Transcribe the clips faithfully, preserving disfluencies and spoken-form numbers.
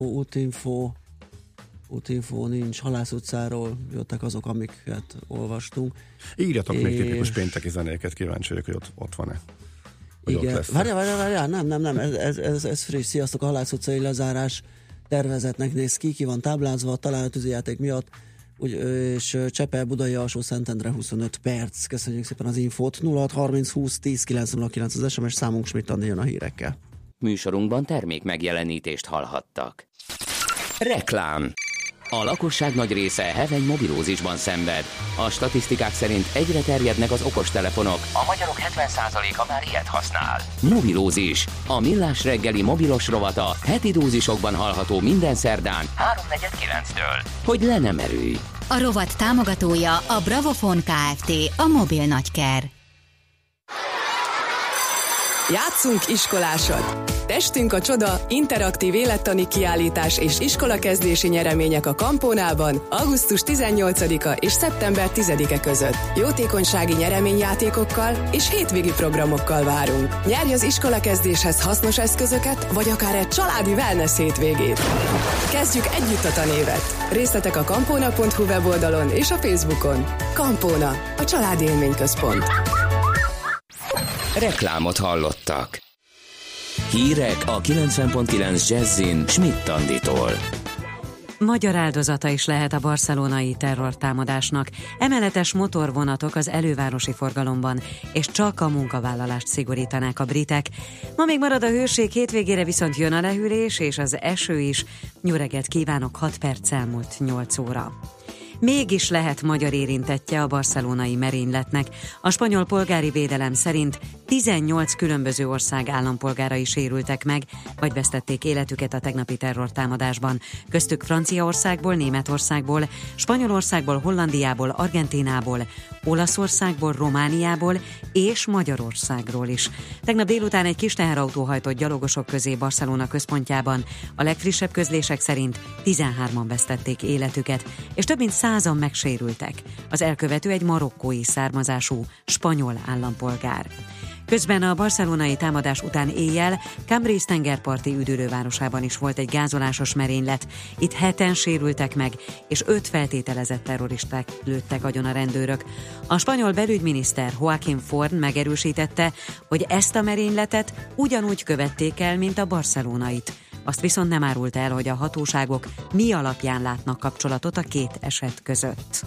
útinfo, útinfo nincs, Halász utcáról jöttek azok, amiket olvastunk. Írjatok és... még tipikus pénteki zenéket, kíváncsi vagyok, hogy ott, ott van-e. Igen, várjál, várjál, várjál, nem, nem, nem, ez, ez, ez, ez friss, sziasztok, a Halász utcai lezárás tervezetnek néz ki, ki van táblázva a találati játék miatt, úgy, és Csepel, Budai, Alsó Szentendre huszonöt perc. Köszönjük szépen az infót. nulla hat harminc húsz tíz kilenc nulla kilenc az es em es számunk, Schmidt Andi jön a hírekkel. Műsorunkban termék megjelenítést hallhattak. Reklám. A lakosság nagy része heveny mobilózisban szenved. A statisztikák szerint egyre terjednek az okostelefonok. A magyarok hetven százaléka már ilyet használ. Mobilózis. A millás reggeli mobilos rovata heti dózisokban hallható minden szerdán háromnegyed kilenctől. Hogy le nem erőj. A rovat támogatója a Bravofon Kft. A mobil nagyker. Játszunk iskolásat! Testünk a csoda, interaktív élettani kiállítás és iskolakezdési nyeremények a Kampónában augusztus tizennyolcadika és szeptember tizedike között. Jótékonysági nyereményjátékokkal és hétvégi programokkal várunk. Nyerj az iskolakezdéshez hasznos eszközöket, vagy akár egy családi wellness hétvégét. Kezdjük együtt a tanévet! Részletek a kampóna pont hu weboldalon és a Facebookon. Kampóna, a családi élményközpont. Reklámot hallottak. Hírek a kilencven pont kilenc Jazzin Schmidt Anditól. Magyar áldozata is lehet a barcelonai terrortámadásnak. Emeletes motorvonatok az elővárosi forgalomban, és csak a munkavállalást szigorítanák a britek. Ma még marad a hőség, hétvégére viszont jön a lehűlés és az eső is. Jó reggelt kívánok, hat perc elmúlt nyolc óra. Mégis lehet magyar érintettje a barcelonai merényletnek. A spanyol polgári védelem szerint tizennyolc különböző ország állampolgárai sérültek meg, vagy vesztették életüket a tegnapi terrortámadásban. Köztük Franciaországból, Németországból, Spanyolországból, Hollandiából, Argentínából, Olaszországból, Romániából és Magyarországról is. Tegnap délután egy kis teherautó hajtott gyalogosok közé Barcelona központjában. A legfrissebb közlések szerint tizenhárman vesztették életüket, és több mint százan megsérültek. Az elkövető egy marokkói származású spanyol állampolgár. Közben a barcelonai támadás után éjjel Cambrils tengerparti üdülővárosában is volt egy gázolásos merénylet. Itt heten sérültek meg, és öt feltételezett terroristák lőttek agyon a rendőrök. A spanyol belügyminiszter Joaquín Forn megerősítette, hogy ezt a merényletet ugyanúgy követték el, mint a barcelonait. Azt viszont nem árult el, hogy a hatóságok mi alapján látnak kapcsolatot a két eset között.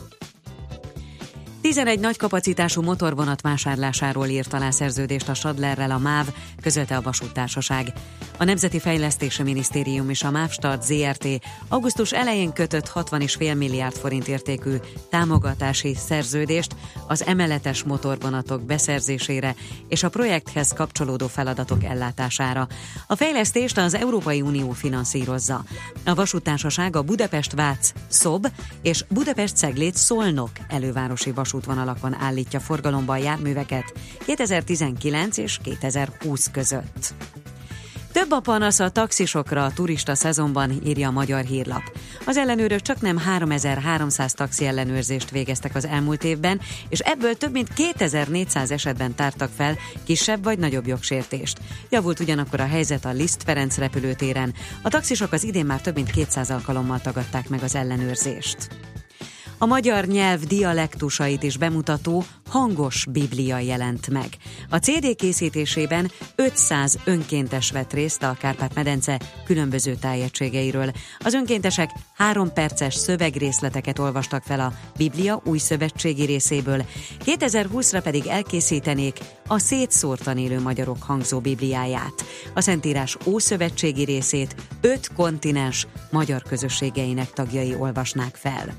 tizenegy nagykapacitású motorvonat vásárlásáról írt alá szerződést a Stadlerrel a MÁV, közölte a vasúttársaság. A Nemzeti Fejlesztési Minisztérium és a MÁV Start zé er té augusztus elején kötött hatvan egész öt milliárd forint értékű támogatási szerződést az emeletes motorvonatok beszerzésére és a projekthez kapcsolódó feladatok ellátására. A fejlesztést az Európai Unió finanszírozza. A vasúttársaság a Budapest-Vác-Szob és Budapest-Cegléd-Szolnok elővárosi vasútvonalakon állítja forgalomba a járműveket kétezer-tizenkilenc és kétezer-húsz között. Több a panasz a taxisokra a turista szezonban, írja a Magyar Hírlap. Az ellenőrök csaknem háromezer-háromszáz taxi ellenőrzést végeztek az elmúlt évben, és ebből több mint kétezer-négyszáz esetben tártak fel kisebb vagy nagyobb jogsértést. Javult ugyanakkor a helyzet a Liszt Ferenc repülőtéren. A taxisok az idén már több mint kétszáz alkalommal tagadták meg az ellenőrzést. A magyar nyelv dialektusait is bemutató hangos biblia jelent meg. A cé dé készítésében ötszáz önkéntes vett részt a Kárpát-medence különböző tájegységeiről. Az önkéntesek három perces szövegrészleteket olvastak fel a Biblia új szövetségi részéből, kétezer-húszra pedig elkészítenék a szétszórtan élő magyarok hangzó bibliáját. A Szentírás ószövetségi részét öt kontinens magyar közösségeinek tagjai olvasnák fel.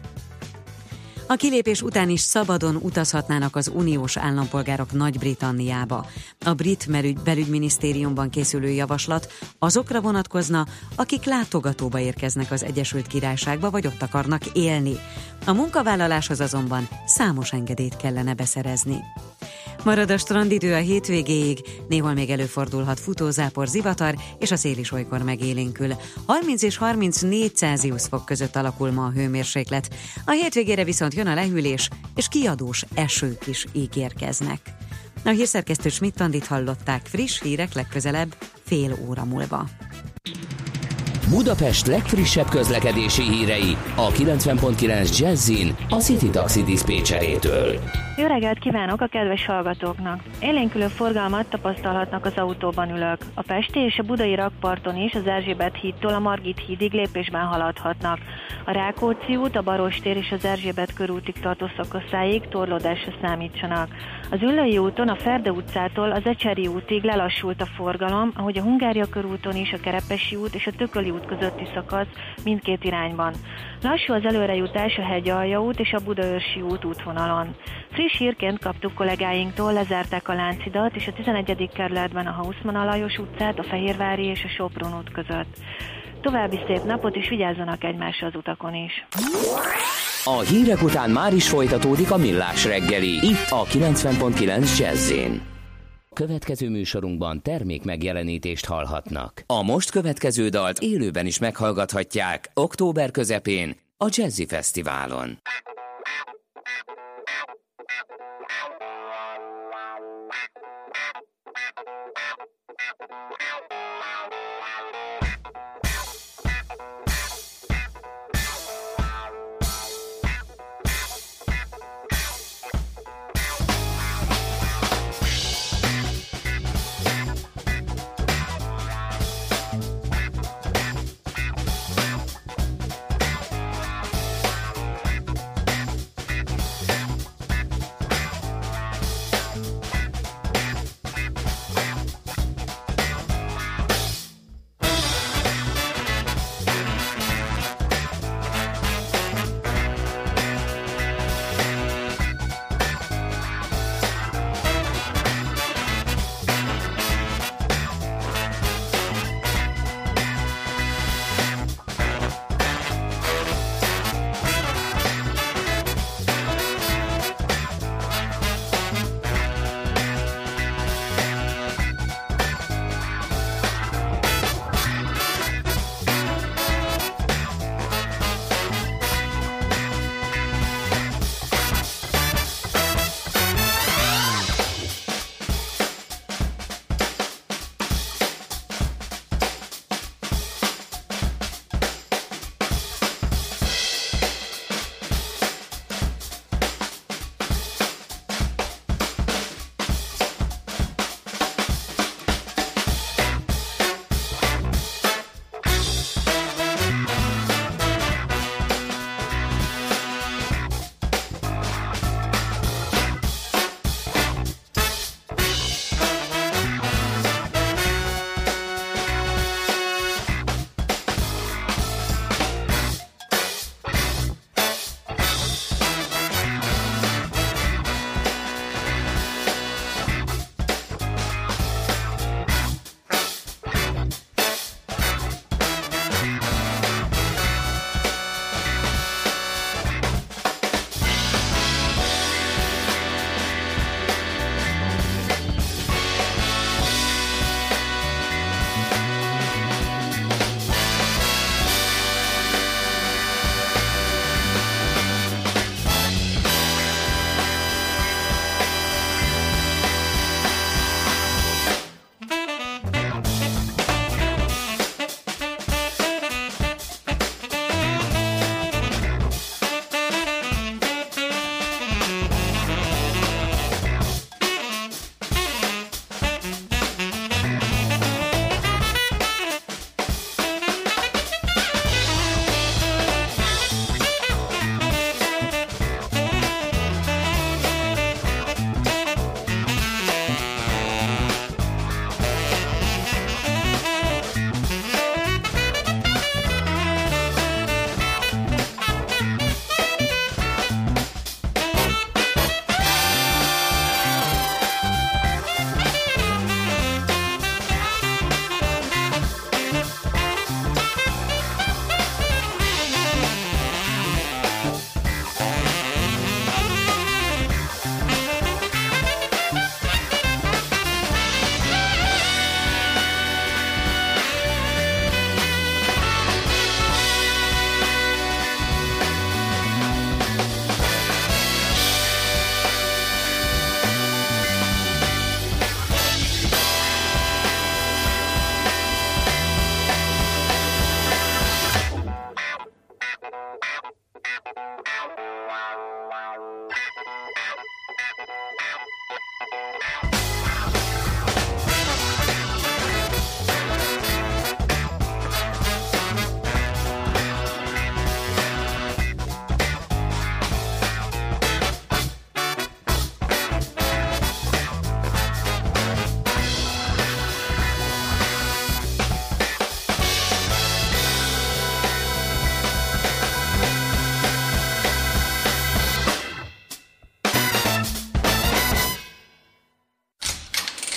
A kilépés után is szabadon utazhatnának az uniós állampolgárok Nagy-Britanniába. A brit belügyminisztériumban készülő javaslat azokra vonatkozna, akik látogatóba érkeznek az Egyesült Királyságba, vagy ott akarnak élni. A munkavállaláshoz azonban számos engedélyt kellene beszerezni. Marad a strandidő a hétvégéig, néhol még előfordulhat futózápor, zivatar, és a szél is olykor megélénkül. harminc és harmincnégy Celsius fok között alakul ma a hőmérséklet. A hétvégére viszont jön a lehűlés, és kiadós esők is ígérkeznek. A hírszerkesztő Schmidt Andit hallották, friss hírek legközelebb fél óra múlva. Budapest legfrissebb közlekedési hírei a kilencven pont kilenc Jazzin a City Taxi diszpécserétől. Jó reggelt kívánok a kedves hallgatóknak! Élénkülő forgalmat tapasztalhatnak az autóban ülők. A pesti és a budai rakparton is az Erzsébet hídtól a Margit hídig lépésben haladhatnak. A Rákóczi út, a Barostér és az Erzsébet körútig tartó szakaszáig torlódásra számítsanak. Az Üllői úton a Ferde utcától az Ecseri útig lelassult a forgalom, ahogy a Hungária körúton is a Kerepesi út és a Tököli út közötti szakasz mindkét irányban. Lassú az előrejutás a Hegyalja út és a Budaörsi út útvonalon. Friss hírként kaptuk kollégáinktól, lezárták a Láncidat és a tizenegyedik kerületben a Haussmann Lajos utcát, a Fehérvári és a Sopron út között. További szép napot, és vigyázzanak egymásra az utakon is. A hírek után már is folytatódik a Millás reggeli, itt a kilencven pont kilenc Jazz-én. Következő műsorunkban termék megjelenítést hallhatnak. A most következő dalt élőben is meghallgathatják október közepén a Jazzy Fesztiválon.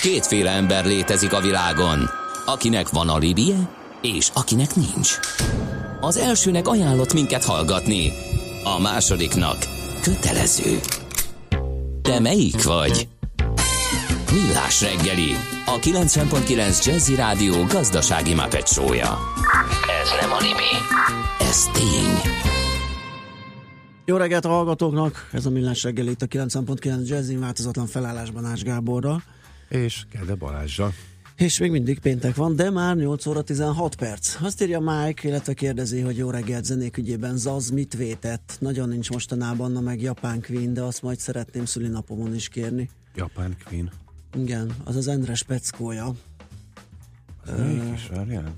Kétféle ember létezik a világon, akinek van alibije, és akinek nincs. Az elsőnek ajánlott minket hallgatni, a másodiknak kötelező. Te melyik vagy? Millás reggeli, a kilencven pont kilenc Jazzy Rádió gazdasági Muppet show-ja. Ez nem anime, ez tény. Jó reggelt a hallgatóknak, ez a Millás reggeli itt a kilencven pont kilenc Jazzy változatlan felállásban Ács Gáborral. És Kede Balázsra. És még mindig péntek van, de már nyolc óra tizenhat perc. Azt írja Mike, illetve kérdezi, hogy jó reggelt zenék ügyében Zaz mit vétett. Nagyon nincs mostanában, na meg Japán Queen, de azt majd szeretném szülinapomon is kérni. Japán Queen. Igen, az az Endre speckója. Az uh, melyik is várjál?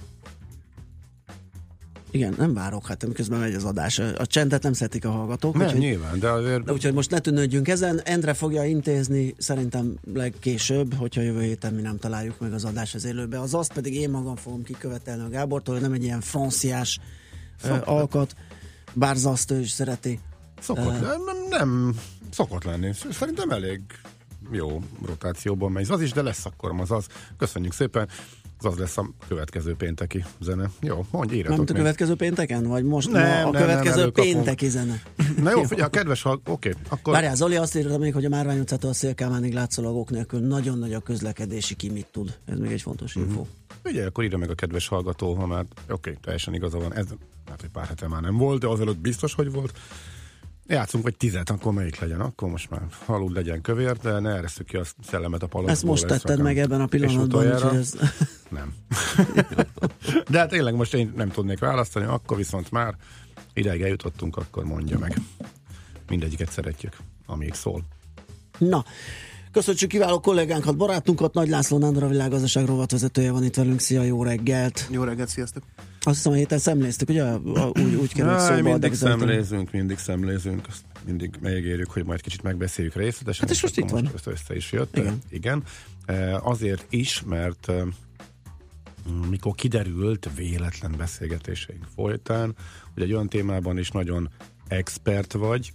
Igen, nem várok, hát miközben megy az adás. A csendet nem szeretik a hallgatók. Nem, úgyhogy, nyilván, de azért... de úgyhogy most ne tűnődjünk ezen. Endre fogja intézni szerintem legkésőbb, hogyha jövő héten mi nem találjuk meg az adás az élőbe. Az azt pedig én magam fogom kikövetelni a Gábortól, hogy nem egy ilyen franciás uh, alkat, bár Zazt ő is szereti. Szokott, uh, nem, nem szokott lenni. Szerintem elég jó rotációban megy az is, de lesz akkor az az. Köszönjük szépen. Az lesz a következő pénteki zene. Jó, mondj, írjatok. Nem a következő pénteken? Vagy most nem, a nem, következő nem, pénteki zene? Na jó, figyelj, a kedves hall... Oké, okay, akkor... Várjál, Zoli azt írta még, hogy a Márvány utcától a Szélkámánig látszólag ok nélkül nagyon nagy a közlekedési ki mit tud. Ez még egy fontos mm-hmm. info. Figyelj, akkor írja meg a kedves hallgató, ha már oké, okay, teljesen igaza van. Ez, hát, hogy pár hete már nem volt, de azelőtt biztos, hogy volt. Játszunk, hogy tizet, akkor melyik legyen? Akkor most már halud legyen kövér, de ne eresszük ki a szellemet a palacból. Ezt most tetted meg ebben a pillanatban. Úgyhogy ez... Nem. De hát tényleg most én nem tudnék választani, akkor viszont már ideig eljutottunk, akkor mondja meg. Mindegyiket szeretjük, amíg szól. Na, köszönjük kiváló kollégánkat, barátunkat, Nagy László Nándor, a Világgazdaság rovatvezetője van itt velünk. Szia, jó reggelt! Jó reggelt, sziasztok! Azt hiszem, a héten szemléztük, ugye? Úgy, úgy került szóba. Mindig szemlézünk, mindig szemlézünk, azt mindig megígérjük, hogy majd kicsit megbeszéljük részletesen. Hát és most itt van. Most össze is jött. Igen. Igen. Azért is, mert mikor kiderült véletlen beszélgetéseink folytán, hogy egy olyan témában is nagyon expert vagy,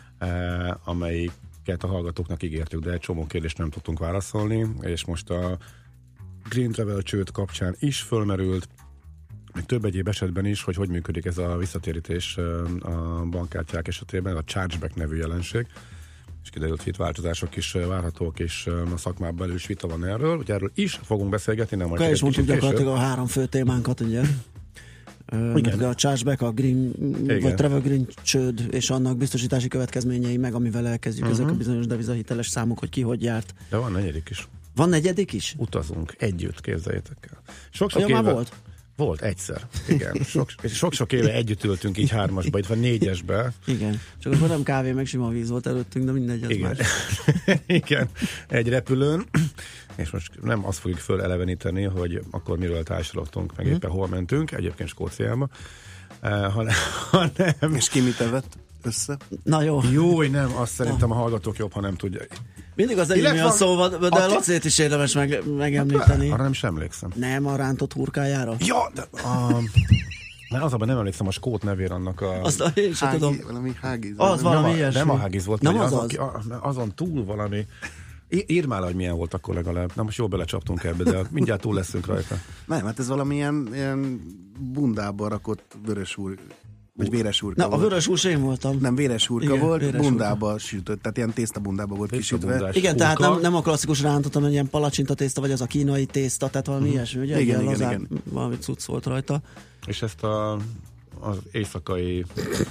amelyiket a hallgatóknak ígértük, de egy csomó kérdést nem tudtunk válaszolni, és most a Green Travel csőd kapcsán is fölmerült, még több egyéb esetben is, hogy hogy működik ez a visszatérítés a bankkártyák esetében, a chargeback nevű jelenség, és kiderült, hogy itt változások is várhatók, és a szakmában belül is vita van erről, hogy erről is fogunk beszélgetni, nem majd és mondjuk gyakorlatilag a három fő témánkat, ugye? Igen. A chargeback, a green, igen. vagy travel green csőd, és annak biztosítási következményei, meg amivel elkezdjük uh-huh. ezek a bizonyos devizahiteles számok, hogy ki hogy járt. De van negyedik is. Van negyedik is? Utazunk együtt, képzeljétek el. Sok-sok ja, éve... már volt? Volt, egyszer. Igen. Sok, sok-sok éve együtt ültünk így hármasba, itt van négyesbe. Igen. Csak akkor nem kávé, meg sima víz volt előttünk, de mindegy, az igen. más. Igen. Egy repülőn. És most nem azt fogjuk föleleveníteni, hogy akkor miről társalogtunk, meg éppen hol mentünk, egyébként Skóciába. Uh, hanem, hanem... És ki mit evett össze? Na jó. Jó, nem, azt szerintem a hallgatók jobb, ha nem tudják. Mindig az egyik mi a szó van, de a Lacét is érdemes meg, megemlíteni. Arra nem sem emlékszem. Nem, a rántott hurkájára? Ja, de... A... Mert az abban nem emlékszem a skót nevére annak a... Azt a, én sem tudom. Valami hágiz. Az valami nem, ilyesmi. Nem a hágiz volt. Nem az az, az? az. Azon túl valami... Írd már, hogy milyen volt akkor legalább. Na most jól belecsaptunk ebbe, de mindjárt túl leszünk rajta. Nem, hát ez valami ilyen, ilyen bundába rakott vörös úr, vagy véres úrka Na, volt. a vörös úr én voltam. Nem, véres úrka igen, volt, véres bundába úrka. sütött, tehát ilyen tésztabundába volt kisütve. Igen, úrka. Tehát nem, nem a klasszikus rántott, hanem ilyen palacsinta tészta, vagy az a kínai tészta, tehát valami uh-huh. ilyesmi, ugye? Igen, igen, lazár, igen. Valami cucc volt rajta. És ezt a, az éjszakai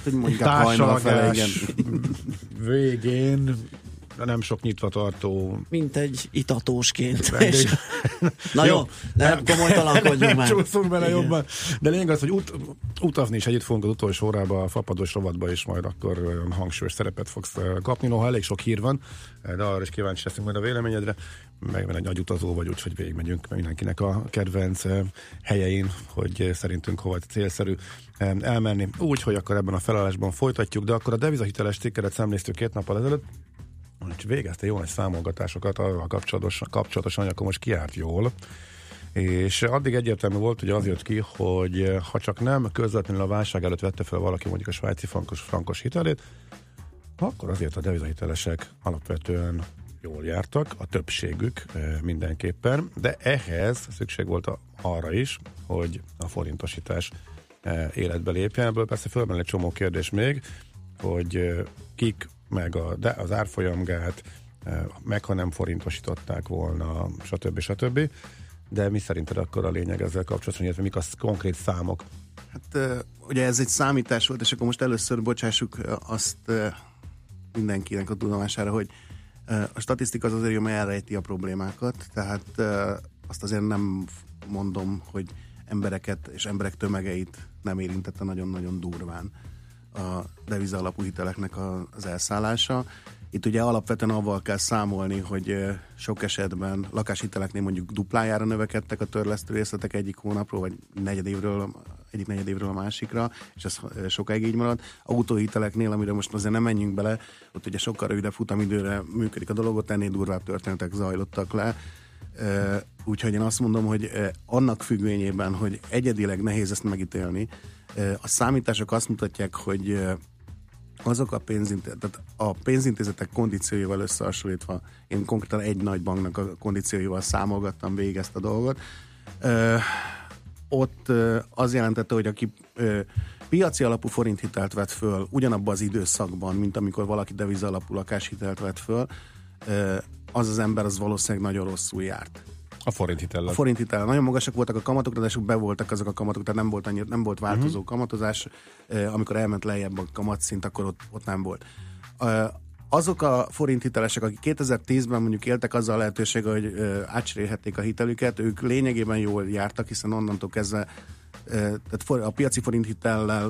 társalgás végén nem sok nyitva tartó... Mint egy itatósként. És... Na jó, nem komolytalankodjunk már. Nem csúszunk bele igen. jobban. De lényeg az, hogy ut- utazni is együtt fogunk az utolsó órába, a fapados rovatba, és majd akkor hangsúlyos szerepet fogsz kapni. Noha elég sok hír van, de arra is kíváncsi leszünk majd a véleményedre. Meg egy nagy utazó vagy, úgyhogy végigmegyünk mindenkinek a kedvenc helyein, hogy szerintünk hova célszerű elmenni. Úgy, hogy akkor ebben a felállásban folytatjuk, de akkor a devizahiteles cikkeret szemléztük két nappal ezelőtt, és végezte jó nagy számolgatásokat arra kapcsolatosan, kapcsolatosan, hogy akkor most kiárt jól. És addig egyértelmű volt, hogy az jött ki, hogy ha csak nem közvetlenül a válság előtt vette fel valaki mondjuk a svájci frankos, frankos hitelét, akkor azért a devizahitelesek alapvetően jól jártak, a többségük mindenképpen, de ehhez szükség volt arra is, hogy a forintosítás életbe lépjen. Ebből persze fölmerül egy csomó kérdés még, hogy kik, meg a, de az árfolyamgát, meg ha nem forintosították volna, stb. stb. De mi szerinted akkor a lényeg ezzel kapcsolatban, illetve mik a konkrét számok? Hát ugye ez egy számítás volt, és akkor most először bocsássuk azt mindenkinek a tudomására, hogy a statisztika az azért jön, elrejti a problémákat, tehát azt azért nem mondom, hogy embereket és emberek tömegeit nem érintette nagyon-nagyon durván a deviza alapú hiteleknek az elszállása. Itt ugye alapvetően avval kell számolni, hogy sok esetben lakáshiteleknél mondjuk duplájára növekedtek a törlesztő részletek egyik hónapról, vagy negyedévről, egyik negyedévről a másikra, és ez sokáig így marad. Autóhiteleknél, amire most azért nem menjünk bele, ott ugye sokkal rövidebb futamidőre működik a dolog, ott ennél durvább történetek zajlottak le. Úgyhogy én azt mondom, hogy annak függvényében, hogy egyedileg nehéz ezt megítélni, a számítások azt mutatják, hogy azok a pénzintézetek, tehát a pénzintézetek kondícióival összehasonlítva, én konkrétan egy nagy banknak a kondícióival számolgattam végig ezt a dolgot, ö, ott ö, az jelentette, hogy aki ö, piaci alapú forinthitelt vett föl ugyanabban az időszakban, mint amikor valaki deviza alapú lakáshitelt vett föl, ö, az az ember az valószínűleg nagyon rosszul járt. A forinthitellel. A forinthitellel. Nagyon magasak voltak a kamatok, de be voltak azok a kamatok, tehát nem volt, annyira, nem volt változó uh-huh. kamatozás. Amikor elment lejjebb a kamatszint, akkor ott, ott nem volt. Azok a forinthitelesek, akik kétezer-tízben mondjuk éltek azzal a lehetőséggel, hogy átcserélhették a hitelüket, ők lényegében jól jártak, hiszen onnantól kezdve tehát a piaci forinthitellel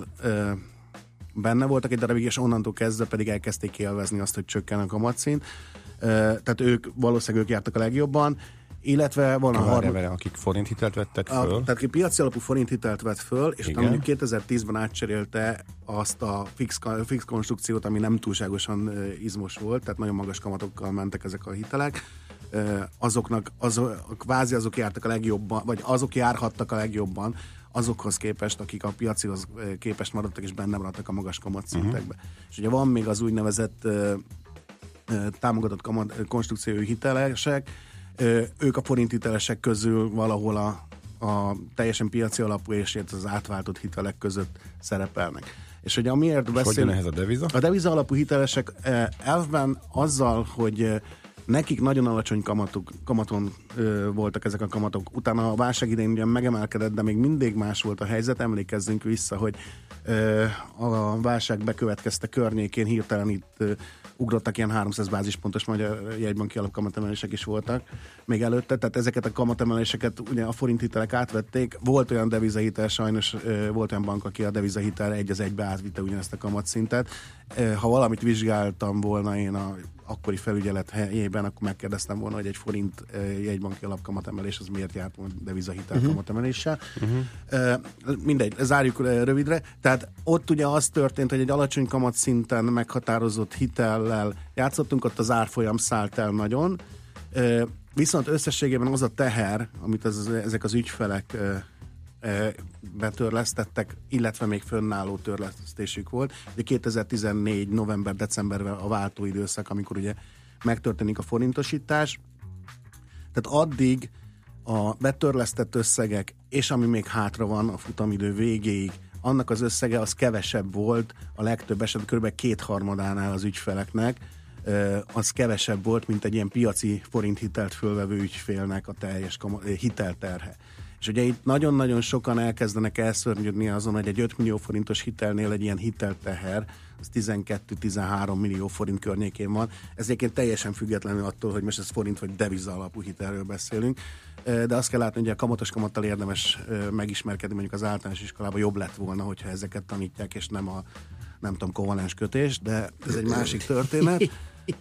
benne voltak egy darabig, és onnantól kezdve pedig elkezdték élvezni azt, hogy csökken a kamatszint. Tehát ők valószínűleg ők jártak a legjobban, illetve van a harmadik... akik forinthitelt vettek föl. A, tehát aki piaci alapú forinthitelt vett föl, és utána mondjuk kétezer-tízben átcserélte azt a fix, fix konstrukciót, ami nem túlságosan uh, izmos volt, tehát nagyon magas kamatokkal mentek ezek a hitelek. Uh, azoknak, azok, kvázi azok jártak a legjobban, vagy azok járhattak a legjobban azokhoz képest, akik a piacihoz képest maradtak, és benne maradtak a magas kamatszintekbe. Uh-huh. És ugye van még az úgynevezett uh, uh, támogatott kamat, konstrukciói hitelesek, ők a forinthitelesek közül valahol a, a teljesen piaci alapú és az átváltott hitelek között szerepelnek. És hogy amiért beszélünk... ehhez a deviza? A deviza alapú hitelesek elvben azzal, hogy nekik nagyon alacsony kamatuk, kamaton ö, voltak ezek a kamatok. Utána a válság idején ugyan megemelkedett, de még mindig más volt a helyzet. Emlékezzünk vissza, hogy ö, a válság bekövetkezte környékén hirtelen itt ö, ugrottak ilyen háromszáz bázispontos magyar jegybanki alapkamatemelések is voltak még előtte, tehát ezeket a kamatemeléseket ugye a forinthitelek átvették. Volt olyan devizahitel, sajnos ö, volt olyan bank, aki a devizahitel egy az egybe átvitte ugyanezt a kamatszintet. Ö, ha valamit vizsgáltam volna én a akkori felügyelet helyében, akkor megkérdeztem volna, hogy egy forint uh, jegybanki alapkamatemelés az miért járt devizahitel uh-huh. kamatemeléssel. Uh-huh. Uh, mindegy, zárjuk uh, rövidre. Tehát ott ugye az történt, hogy egy alacsony kamatszinten meghatározott hitellel játszottunk, ott az árfolyam szállt el nagyon. Uh, viszont összességében az a teher, amit az, ezek az ügyfelek uh, betörlesztettek, illetve még fönnálló törlesztésük volt. Ugye kétezer-tizennégy november-decemberben a váltóidőszak, amikor ugye megtörténik a forintosítás. Tehát addig a betörlesztett összegek, és ami még hátra van a futamidő végéig, annak az összege az kevesebb volt, a legtöbb esetben kb. Kétharmadánál az ügyfeleknek, az kevesebb volt, mint egy ilyen piaci forinthitelt fölvevő ügyfélnek a teljes hitelterhe. És ugye itt nagyon-nagyon sokan elkezdenek elszörnyödni azon, hogy egy öt millió forintos hitelnél egy ilyen hitelteher, az tizenkettő-tizenhárom millió forint környékén van. Ez egyébként teljesen függetlenül attól, hogy most ez forint vagy deviza alapú hitelről beszélünk. De azt kell látni, hogy a kamatos kamattal érdemes megismerkedni, mondjuk az általános iskolában jobb lett volna, hogyha ezeket tanítják, és nem a, nem tudom, kovalens kötés, de ez egy másik történet.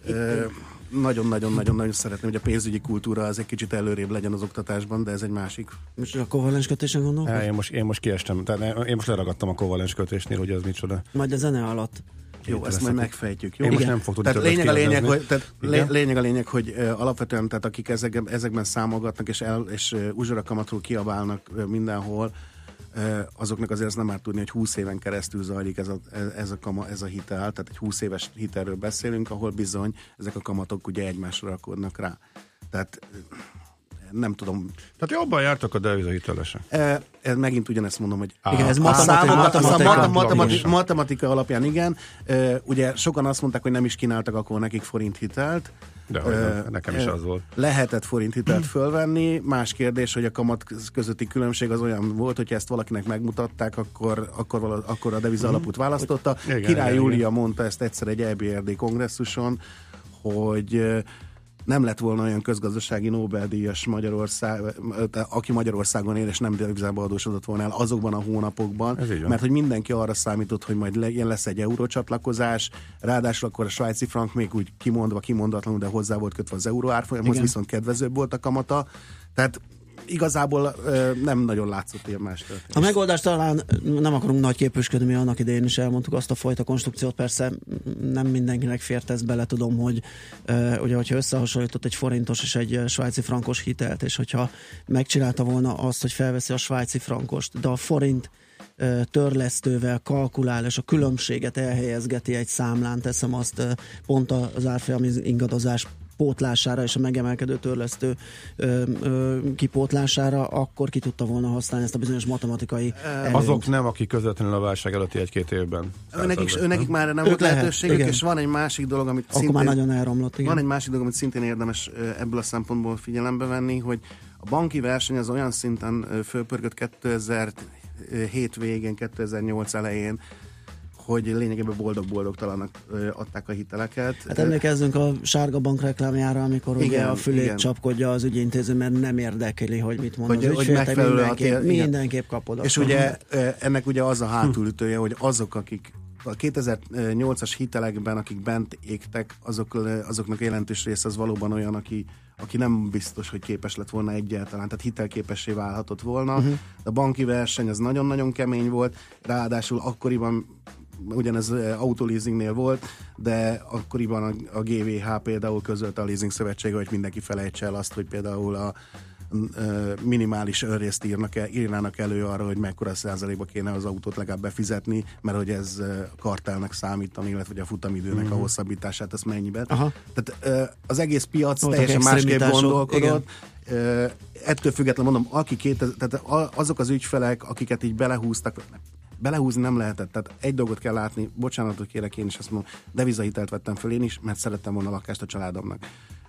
Nagyon-nagyon-nagyon-nagyon szeretném, hogy a pénzügyi kultúra az egy kicsit előrébb legyen az oktatásban, de ez egy másik. Most a kovalens kötésen gondolom? Én most, én most kiestem, tehát én most leragadtam a kovalens kötésnél, hogy az micsoda. Majd a zene alatt. Jó, ezt majd megfejtjük. Jó? Én most nem fog tudni tehát lényeg a lényeg, hogy, tehát lényeg a lényeg, hogy uh, alapvetően, tehát akik ezekben, ezekben számolgatnak, és, el, és uh, uzsora kamatról kiabálnak uh, mindenhol, azoknak azért nem már tudni, hogy húsz éven keresztül zajlik ez a, ez a, kama, ez a hitel, tehát egy húsz éves hitelről beszélünk, ahol bizony ezek a kamatok ugye egymásra rakodnak rá. Tehát nem tudom. Tehát jobban jártak a devizahitelesek. E, e, megint ugyanezt mondom, hogy igen, ez matematika, matematika, matematika, matematika, matematika alapján igen. E, ugye sokan azt mondták, hogy nem is kínáltak akkor nekik forint hitelt. De e, nekem is az volt. Lehetett forint hitelt fölvenni. Más kérdés, hogy a kamat közötti különbség az olyan volt, hogy ezt valakinek megmutatták, akkor, akkor, akkor a deviza alapút választotta. Igen, Király igen, Júlia igen. mondta ezt egyszer egy é bé er dé kongresszuson, hogy nem lett volna olyan közgazdasági Nobel-díjas Magyarország, aki Magyarországon él, és nem devizába adósodott volna el azokban a hónapokban, mert hogy mindenki arra számított, hogy majd lesz egy eurócsatlakozás, ráadásul akkor a svájci frank még úgy kimondva, kimondatlanul, de hozzá volt kötve az euró árfolyamhoz, viszont kedvezőbb volt a kamata. Tehát igazából ö, nem nagyon látszott ilyen más történet. A megoldás talán nem akarunk nagy képüsködni, mi annak idején is elmondtuk azt a fajta konstrukciót, persze nem mindenkinek fért ez bele, tudom, hogy ö, ugye, hogyha összehasonlított egy forintos és egy svájci frankos hitelt, és hogyha megcsinálta volna azt, hogy felveszi a svájci frankost, de a forint ö, törlesztővel kalkulál, és a különbséget elhelyezgeti egy számlán, teszem azt ö, pont az árfolyami ingadozás pótlására és a megemelkedő törlesztő ö, ö, kipótlására, akkor ki tudta volna használni ezt a bizonyos matematikai előnyt. Azok nem, akik közvetlenül a válság előtti egy-két évben. Nekik, nekik már nem volt lehetőségük, és van egy másik dolog, amit akkor szintén, már nagyon elromlott. Igen. Van egy másik dolog, amit szintén érdemes ebből a szempontból figyelembe venni, hogy a banki verseny az olyan szinten fölpörgött kétezer-hét végén, kétezer-nyolc elején, hogy lényegében boldog-boldogtalanak adták a hiteleket. Hát emlékezzünk a Sárga Bank reklámjára, amikor igen, ugye a fülét igen. csapkodja az ügyintéző, mert nem érdekeli, hogy mit mond hogy, az ügyfél, te mindenképp, mindenképp kapod. És ugye ennek ugye az a hátulütője, hogy azok, akik a kétezer-nyolcas hitelekben, akik bent égtek, azok, azoknak jelentős része az valóban olyan, aki, aki nem biztos, hogy képes lett volna egyáltalán, tehát hitelképessé válhatott volna. Uh-huh. A banki verseny az nagyon-nagyon kemény volt, ráadásul akkoriban ugyanez autoleasingnél volt, de akkoriban a, a gé vé há például közölte a leasing szövetsége, hogy mindenki felejtse el azt, hogy például a minimális önrészt írnak el, írnának elő arra, hogy mekkora százalékba kéne az autót legalább befizetni, mert hogy ez kartelnek számítani, illetve a futamidőnek uh-huh. a hosszabbítását, ez mennyiben. Aha. Tehát az egész piac voltak teljesen másképp gondolkodott. Igen. Ettől függetlenül mondom, aki két, tehát azok az ügyfelek, akiket így belehúztak, belehúzni nem lehetett, tehát egy dolgot kell látni, bocsánatot kérek, én is azt mondom, devizahitelt vettem föl én is, mert szerettem volna lakást a családomnak.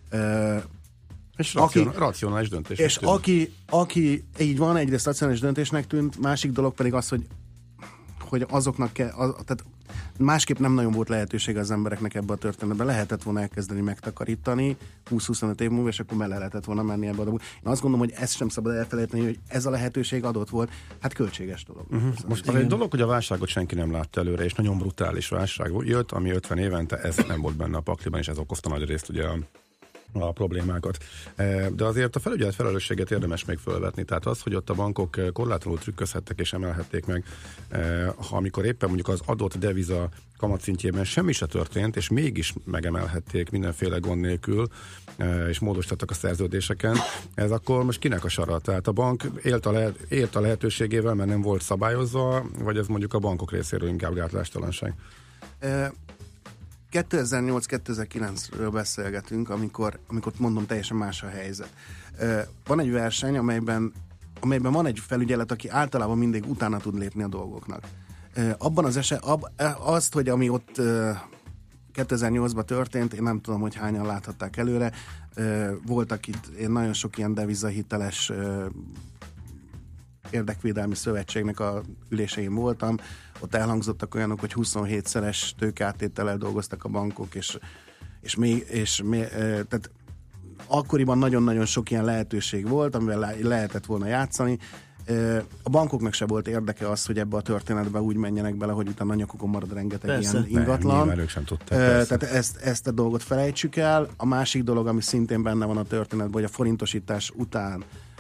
És aki, racionális döntés. És aki, aki így van, egyrészt racionális döntésnek tűnt, másik dolog pedig az, hogy, hogy azoknak kell, az, tehát másképp nem nagyon volt lehetőség az embereknek ebbe a történetben. Lehetett volna elkezdeni megtakarítani húsz-huszonöt év múlva, és akkor bele lehetett volna menni ebbe a dologba. Én azt gondolom, hogy ezt sem szabad elfelejteni, hogy ez a lehetőség adott volt. Hát költséges dolog. Uh-huh. Most az egy dolog, hogy a válságot senki nem látta előre, és nagyon brutális válság jött, ami ötven évente, ez nem volt benne a pakliban, és ez okozta nagy részt ugye a a problémákat. De azért a felügyelet felelősséget érdemes még fölvetni. Tehát az, hogy ott a bankok korlátlanul trükközhettek és emelhették meg, ha amikor éppen mondjuk az adott deviza kamatszintjében semmi se történt, és mégis megemelhették mindenféle gond nélkül, és módosítottak a szerződéseken, ez akkor most kinek a sara? Tehát a bank élt a, lehet, élt a lehetőségével, mert nem volt szabályozva, vagy ez mondjuk a bankok részéről inkább gátlástalanság? E- kétezer-nyolc kétezer-kilencről beszélgetünk, amikor, amikor mondom, teljesen más a helyzet. Van egy verseny, amelyben, amelyben van egy felügyelet, aki általában mindig utána tud lépni a dolgoknak. Abban az eset, ab, azt, hogy ami ott kétezer-nyolcban történt, én nem tudom, hogy hányan láthatták előre, voltak itt, én nagyon sok ilyen devizahiteles érdekvédelmi szövetségnek a ülésein voltam, ott elhangzottak olyanok, hogy huszonhétszeres tőkeáttétellel dolgoztak a bankok, és, és, még, és még, tehát akkoriban nagyon-nagyon sok ilyen lehetőség volt, amivel le, lehetett volna játszani. A bankoknak se volt érdeke az, hogy ebbe a történetbe úgy menjenek bele, hogy utána a nyakukon marad rengeteg persze. ilyen ingatlan. Nem, ők sem tudták, persze. Tehát ezt, ezt a dolgot felejtsük el. A másik dolog, ami szintén benne van a történetben, hogy a forintosítás után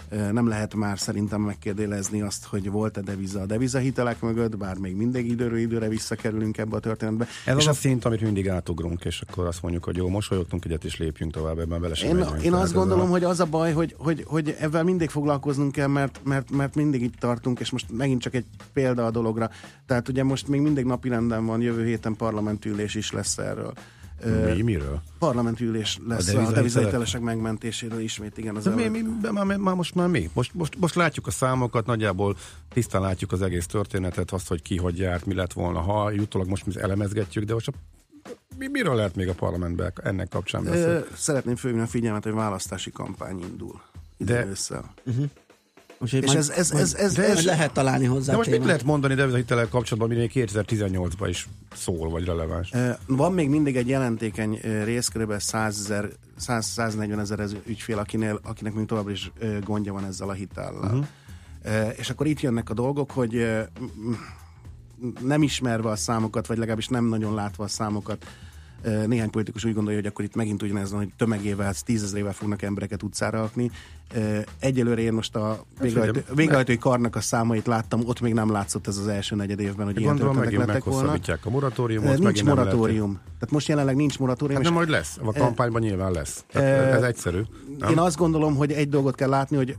Nem lehet már szerintem megkérdőjelezni azt, hogy volt-e deviza a devizahitelek mögött, bár még mindig időről időre visszakerülünk ebbe a történetbe. Ez és az a a szint, amit mindig átugrunk, és akkor azt mondjuk, hogy jó, mosolyogtunk egyet, és lépjünk tovább, ebben vele sem Én, megyünk. én azt gondolom, a... hogy az a baj, hogy, hogy, hogy ebben mindig foglalkoznunk kell, mert, mert, mert mindig itt tartunk, és most megint csak egy példa a dologra. Tehát ugye most még mindig napirenden van, jövő héten parlamentülés is lesz erről. Mi, miről? Parlamentülés lesz a, a devizahitelesek megmentéséről ismét, igen. Az mi, mi, már, már most már mi? Most, most, most látjuk a számokat, nagyjából tisztán látjuk az egész történetet, azt, hogy ki hogy járt, mi lett volna, ha jutólag most mi elemezgetjük, de most a, mi, miről lehet még a parlamentben ennek kapcsán beszélni? Szeretném fölhívni a figyelmet, hogy választási kampány indul ide ősszel. Uh-huh. Úgyhogy és ez, ez, ez, ez, ez, ez lehet találni hozzá. De most mit lehet mondani devizahitelek kapcsolatban, ami még kétezer-tizennyolcban is szól, vagy releváns? Van még mindig egy jelentékeny rész, kb. száz-száznegyven ezer ügyfél, akinél, akinek még továbbra is gondja van ezzel a hitellel. Uh-huh. És akkor itt jönnek a dolgok, hogy nem ismerve a számokat, vagy legalábbis nem nagyon látva a számokat, néhány politikus úgy gondolja, hogy akkor itt megint ugyanez van, hogy tömegével, tízezrével fognak embereket utcára rakni. Egyelőre én most a végrehajtói karnak a számait láttam, ott még nem látszott ez az első negyed évben, hogy ilyen történetek lettek volna. A moratóriumot, nincs moratórium. Tehát most jelenleg nincs moratórium. Hát nem, majd lesz. A kampányban nyilván lesz. Tehát ez egyszerű. Nem? Én azt gondolom, hogy egy dolgot kell látni, hogy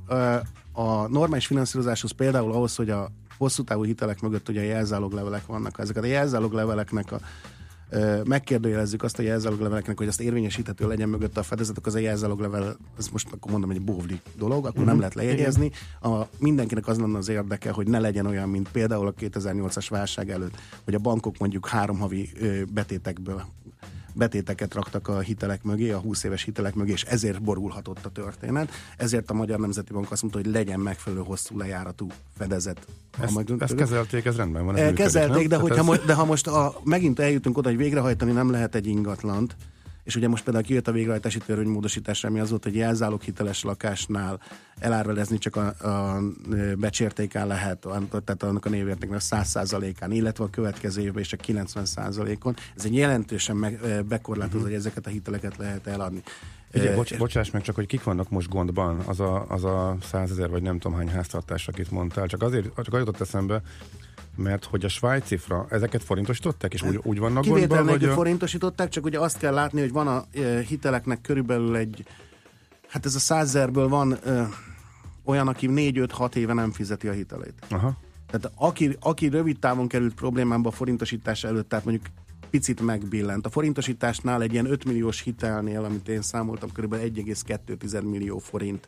a normális finanszírozáshoz például ahhoz, hogy a hosszú távú hitelek mögött ugye a jelzáloglevelek vannak. Ezeket a jelzálogleveleknek a megkérdőjelezzük azt a jelzálogleveleknek, hogy azt érvényesíthető legyen mögött a fedezet, akkor az a jelzáloglevel, ez most akkor mondom, egy bóvli dolog, akkor uh-huh. nem lehet lejegyezni. A, mindenkinek az lenne az érdeke, hogy ne legyen olyan, mint például a kétezer-nyolcas válság előtt, hogy a bankok mondjuk három havi ö, betétekből betéteket raktak a hitelek mögé, a húsz éves hitelek mögé, és ezért borulhatott a történet. Ezért a Magyar Nemzeti Bank azt mondta, hogy legyen megfelelő hosszú lejáratú fedezet. Ezt, majd, ezt kezelték, ez rendben van. Ez kezelték, működik, de, hogyha ez... most, de ha most a, megint eljutunk oda, hogy végrehajtani nem lehet egy ingatlant, és ugye most például kijött a végrehajtási törvénymódosításra, ami az volt, hogy jelzáloghiteles lakásnál elárvelezni csak a, a becsértékán lehet, tehát annak a névértéknek a száz százalékán, illetve a következő évben is csak kilencven százalékon. Ez egy jelentősen meg, bekorlátozó, uh-huh. hogy ezeket a hiteleket lehet eladni. Ugye, bocs, bocsáss meg, csak hogy kik vannak most gondban, az a, az a százezer vagy nem tudom hány háztartás, akit mondtál, csak azért, csak azért jutott eszembe, mert hogy a svájcifra, ezeket forintosították, és úgy, úgy vannak gondban? Kivétel nélkül a... forintosították, csak ugye azt kell látni, hogy van a e, hiteleknek körülbelül egy, hát ez a százezerből van e, olyan, aki négy-öt-hat éve nem fizeti a hitelét. Aha. Tehát aki, aki rövid távon került problémába a forintosítás előtt, tehát mondjuk picit megbillent. A forintosításnál egy ilyen öt milliós hitelnél, amit én számoltam, körülbelül egy egész kettő millió forint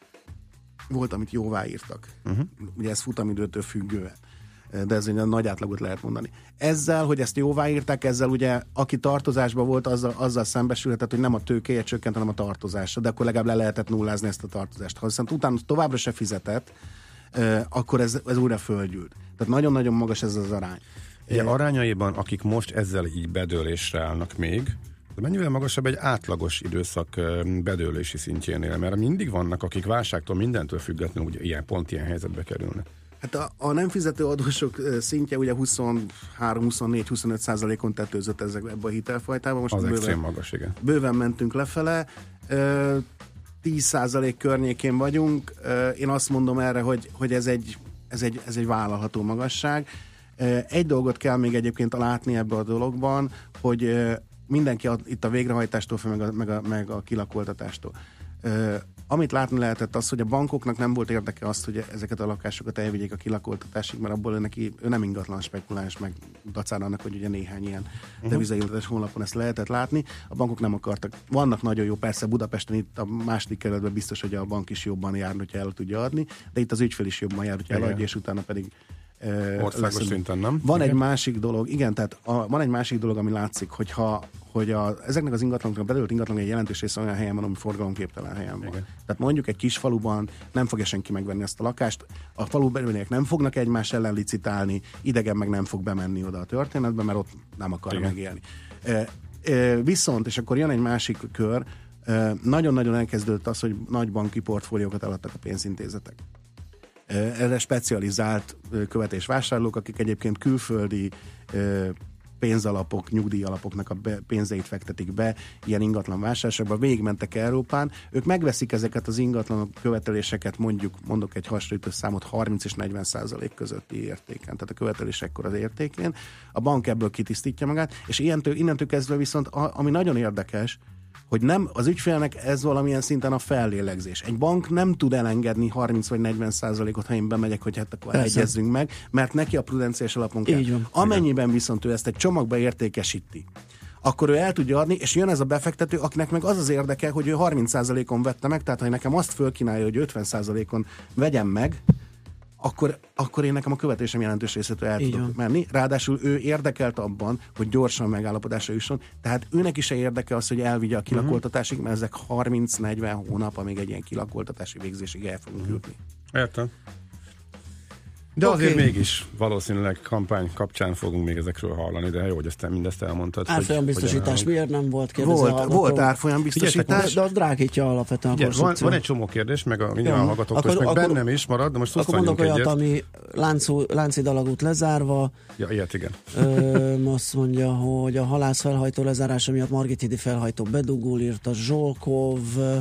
volt, amit jóvá írtak. Uh-huh. Ugye ez futamidőtől függően. De ez egy nagy átlagot lehet mondani. Ezzel, hogy ezt jóváírták, ezzel ugye, aki tartozásban volt, azzal, azzal szembesülhetett, hogy nem a tőkéje csökkent, hanem a tartozása, de akkor legalább le lehetett nullázni ezt a tartozást. Ha viszont utána továbbra se fizetett, akkor ez, ez újra földgyűlt. Tehát nagyon-nagyon magas ez az arány. Ugye arányaiban, akik most ezzel így bedőlésre állnak még, de mennyivel magasabb egy átlagos időszak bedőlési szintjénél, mert mindig vannak, akik válságtól mindentől függetlenül ugye ilyen, pont ilyen helyzetbe kerülnek. Hát a, a nem fizető adósok szintje ugye huszonhárom, huszonnégy, huszonöt százalékon tetőzött ezek ebbe a hitelfajtában. Most az bőven, extrém magas, igen. Bőven mentünk lefele. tíz százalék környékén vagyunk. Én azt mondom erre, hogy, hogy ez, egy, ez, egy, ez egy vállalható magasság. Egy dolgot kell még egyébként látni ebbe a dologban, hogy mindenki a, itt a végrehajtástól, meg a, meg a, meg a kilakoltatástól. Amit látni lehetett az, hogy a bankoknak nem volt érdeke azt, hogy ezeket a lakásokat elvigyék a kilakoltatásig, mert abból ő, neki, ő nem ingatlan spekuláns, meg dacára annak, hogy ugye néhány ilyen uh-huh. devizailletves honlapon ezt lehetett látni. A bankok nem akartak. Vannak nagyon jó, persze Budapesten itt a második kerületben biztos, hogy a bank is jobban jár, hogyha el tudja adni, de itt az ügyfél is jobban jár, hogyha eladja, és utána pedig országos lesz, szinten, nem? Van igen. egy másik dolog, igen, tehát a, van egy másik dolog, ami látszik, hogyha, hogy a, ezeknek az ingatlanoknak, belőtt ingatlanok egy jelentős része olyan helyen van, ami forgalomképtelen helyen van. Igen. Tehát mondjuk egy kis faluban nem fogja senki megvenni ezt a lakást, a falubeliek nem fognak egymás ellen licitálni, idegen meg nem fog bemenni oda a történetbe, mert ott nem akar igen. megélni. E, e, viszont, és akkor jön egy másik kör, e, nagyon-nagyon elkezdődött az, hogy nagy banki portfóliókat eladtak a pénzintézetek. Erre specializált követésvásárlók, akik egyébként külföldi pénzalapok, nyugdíjalapoknak a be, pénzeit fektetik be ilyen ingatlan vásárlásokba, végigmentek Európán, ők megveszik ezeket az ingatlan követeléseket, mondjuk, mondok egy hasonlító számot, harminc és negyven százalék közötti értéken, tehát a követelésekkor az értékén, a bank ebből kitisztítja magát, és ilyentől, innentől kezdve viszont, a, ami nagyon érdekes, hogy nem, az ügyfélnek ez valamilyen szinten a fellélegzés. Egy bank nem tud elengedni harminc vagy negyven százalékot, ha én bemegyek, hogy hát akkor Persze. egyezzünk meg, mert neki a prudenciális alapon kell. Amennyiben viszont ő ezt egy csomagba értékesíti, akkor ő el tudja adni, és jön ez a befektető, akinek meg az az érdeke, hogy ő harminc százalékon vette meg, tehát ha nekem azt fölkínálja, hogy ötven százalékon vegyem meg, akkor, akkor én nekem a követésem jelentős részétől el tudok menni. Ráadásul ő érdekelt abban, hogy gyorsan megállapodásra jusson, tehát őnek is érdeke az, hogy elvigye a kilakoltatásig, mert ezek harminc-negyven hónap, amíg egy ilyen kilakoltatási végzésig el fogunk jutni. Értem. De okay. Azért mégis valószínűleg kampány kapcsán fogunk még ezekről hallani, de jó, hogy ezt mindezt elmondtad. Árfolyambiztosítás hogy, miért nem volt? Volt, volt árfolyambiztosítás. De az drágítja alapvetően a Ugye, van, van egy csomó kérdés, meg a minden ja, hallgatóktól, és meg akkor, bennem is marad, de most szosztaljunk egyet. Akkor mondok olyat, ami Láncú, Lánci Dalagút lezárva. Ja, ilyet igen. Ö, azt mondja, hogy a halász felhajtó lezárása miatt Margit-hídi felhajtó bedugul, írt a Zsolkov.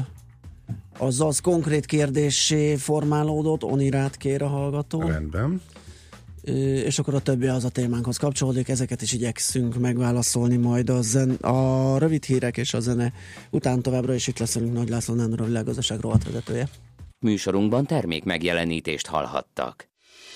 Azaz konkrét kérdésé formálódott, Onirát kér a hallgató. Rendben. És akkor a többi az a témánkhoz kapcsolódik, ezeket is igyekszünk megválaszolni majd a, zen- a rövid hírek és a zene után. Továbbra is itt lesz velünk Nagy László Nándor, a Világgazdaság rovatvezetője. Műsorunkban termék megjelenítést hallhattak.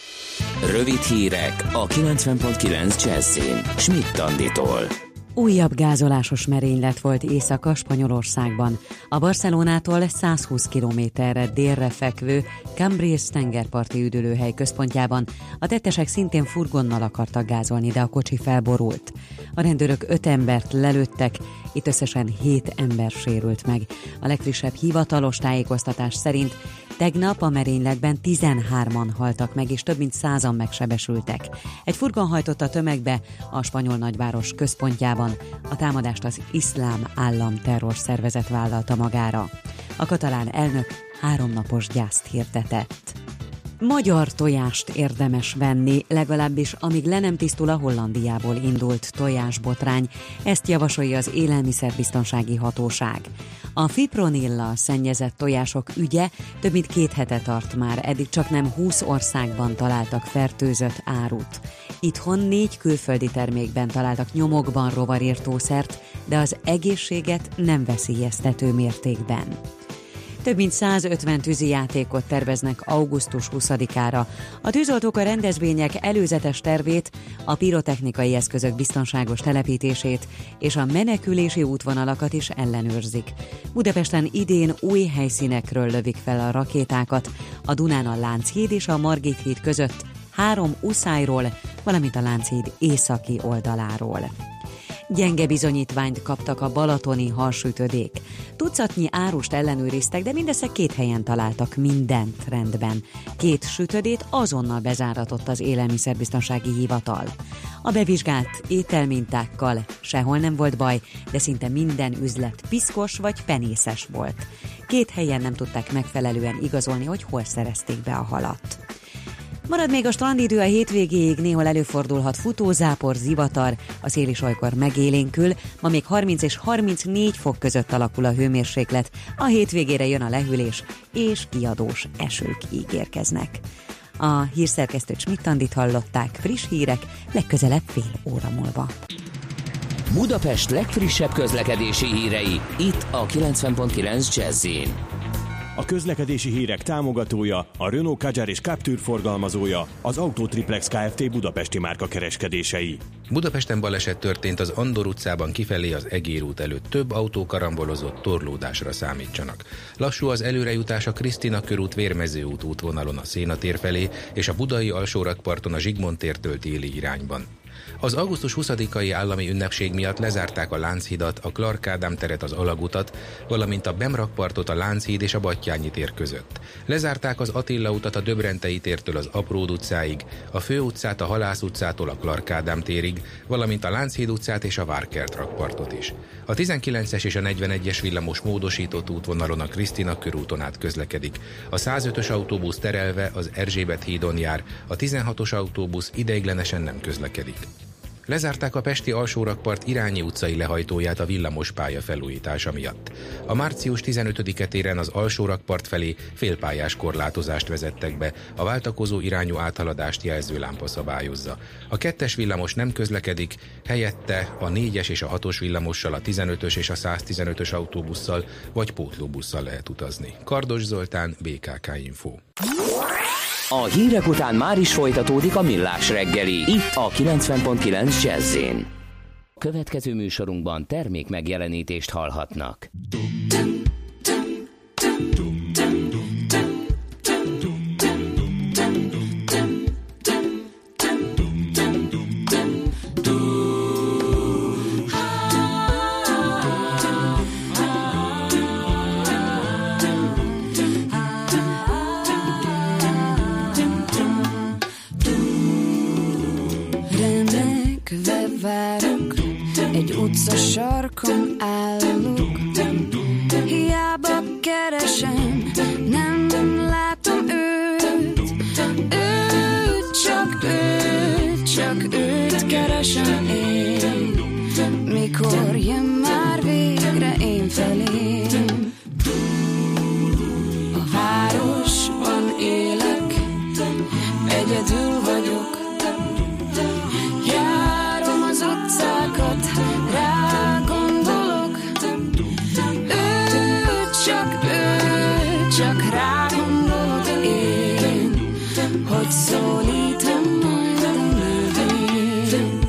Rövid hírek a kilencven pont kilenc Jazzin Schmidt Anditól. Újabb gázolásos merénylet volt éjszaka Spanyolországban. A Barcelonától százhúsz kilométerre délre fekvő Cambrils tengerparti üdülőhely központjában a tettesek szintén furgonnal akartak gázolni, de a kocsi felborult. A rendőrök öt embert lelőttek, itt összesen hét ember sérült meg. A legfrissebb hivatalos tájékoztatás szerint tegnap a merényletben tizenhárman haltak meg, és több mint százan megsebesültek. Egy furgon hajtott a tömegbe a spanyol nagyváros központjában. A támadást az Iszlám Állam terrorszervezet vállalta magára. A katalán elnök háromnapos gyászt hirdetett. Magyar tojást érdemes venni, legalábbis amíg le nem tisztul a Hollandiából indult tojásbotrány, ezt javasolja az Élelmiszerbiztonsági Hatóság. A fipronillal szennyezett tojások ügye több mint két hete tart már, eddig csak nem húsz országban találtak fertőzött árut. Itthon négy külföldi termékben találtak nyomokban rovarírtószert, de az egészséget nem veszélyeztető mértékben. Több mint százötven tűzijátékot terveznek augusztus huszadikára. A tűzoltók a rendezvények előzetes tervét, a pirotechnikai eszközök biztonságos telepítését és a menekülési útvonalakat is ellenőrzik. Budapesten idén új helyszínekről lövik fel a rakétákat, a Dunán a Lánchíd és a Margit híd között, három uszályról, valamint a Lánchíd északi oldaláról. Gyenge bizonyítványt kaptak a balatoni halsütödék. Tucatnyi árust ellenőriztek, de mindössze két helyen találtak mindent rendben. Két sütödét azonnal bezáratott az Élelmiszerbiztonsági Hivatal. A bevizsgált ételmintákkal sehol nem volt baj, de szinte minden üzlet piszkos vagy penészes volt. Két helyen nem tudták megfelelően igazolni, hogy hol szerezték be a halat. Marad még a strandidő a hétvégéig, néhol előfordulhat futózápor, zivatar, a szél is olykor megélénkül, ma még harminc és harmincnégy fok között alakul a hőmérséklet, a hétvégére jön a lehűlés, és kiadós esők ígérkeznek. A hírszerkesztőt Schmidt Andit hallották, friss hírek, legközelebb fél óra múlva. Budapest legfrissebb közlekedési hírei, itt a kilencven pont kilenc Jazzin. A közlekedési hírek támogatója, a Renault Kadjar és Captur forgalmazója, az Autotriplex Kft. Budapesti márka kereskedései. Budapesten baleset történt az Andor utcában kifelé az Egér út előtt. Több autó karambolozott, torlódásra számítsanak. Lassú az előrejutás a Krisztina körút Vérmező út útvonalon a Széna tér felé és a budai alsórakparton a Zsigmond tértől téli irányban. Az augusztus huszadikai állami ünnepség miatt lezárták a Lánchidat, a Clark Ádám teret, az Alagutat, valamint a Bemrakpartot a Lánchíd és a Batthyány tér között. Lezárták az Attila utat a Döbrentei tértől az Apród utcáig, a Főutcát a Halász utcától a Clark Ádám térig, valamint a Lánchíd utcát és a Várkert rakpartot is. A tizenkilences és a negyvenegyes villamos módosított útvonalon a Krisztina körúton át közlekedik. A százötös autóbusz terelve az Erzsébet hídon jár, a tizenhatos autóbusz ideiglenesen nem közlekedik. Lezárták a pesti Alsórakpart Irányi utcai lehajtóját a villamospálya felújítása miatt. A március tizenötödike téren az Alsórakpart felé félpályás korlátozást vezettek be, a váltakozó irányú áthaladást jelző lámpa szabályozza. A kettes villamos nem közlekedik, helyette a négyes és a hatos villamossal, a tizenötös és a száztizenötös autóbusszal vagy pótlóbusszal lehet utazni. Kardos Zoltán, bé ká ká Info. A hírek után már is folytatódik a Millás reggeli, itt a kilencven pont kilenc Jazz-én. Következő műsorunkban termék megjelenítést hallhatnak. Várok, egy utca sarkon állok, hiába keresem, nem látom őt, őt, csak őt, csak őt keresem én, mikor jön már végre én felém. A városban élek, egyedül vagyok, rá gondolok, ő csak ő, csak rá gondolok én, hogy szólítom majd a nevén.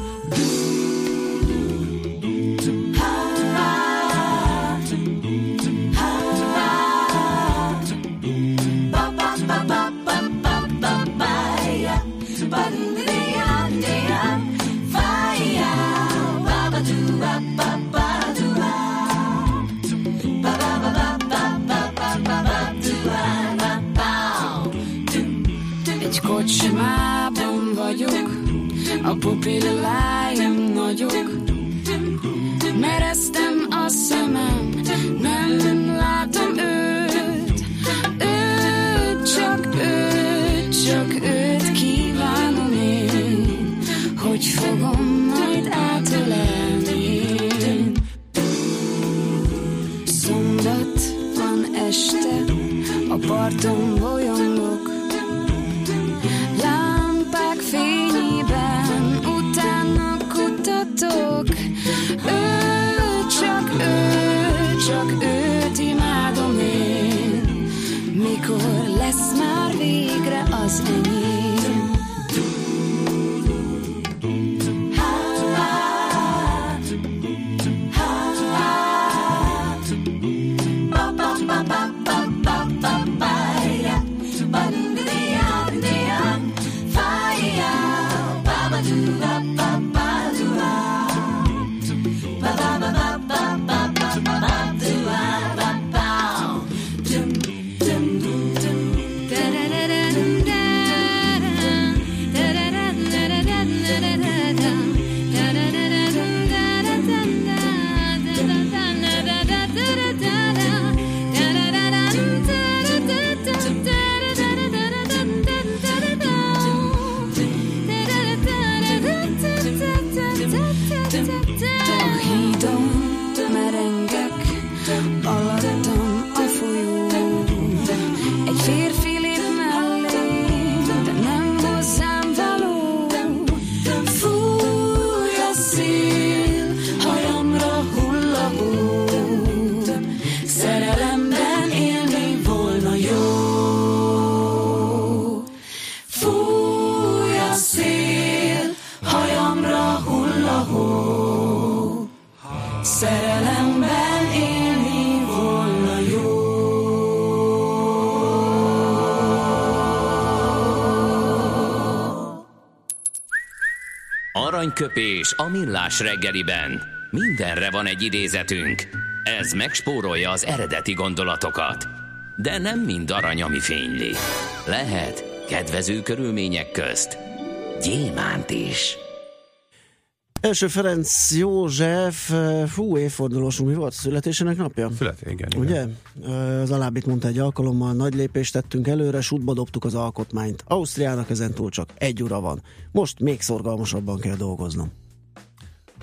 Kocsmában vagyok, a pupilláim nagyok, mereztem a szemem, nem látom őt, őt, csak őt, csak őt kívánom én, hogy fogom majd átölelni. Szombat van este, a parton bolyongok, fényében utána kutatok, ő, csak ő, csak őt imádom én, mikor lesz már végre az enyém. Aranyköpés a Millás reggeliben. Mindenre van egy idézetünk. Ez megspórolja az eredeti gondolatokat. De nem mind arany, ami fényli. Lehet kedvező körülmények közt gyémánt is. Első Ferenc József, fú, évfordulósunk, mi volt a születésének napja? Születé, igen. Ugye? Az alábbit mondta egy alkalommal, nagy lépést tettünk előre, sútba dobtuk az alkotmányt. Ausztriának ezentúl csak egy ura van. Most még szorgalmasabban kell dolgoznom.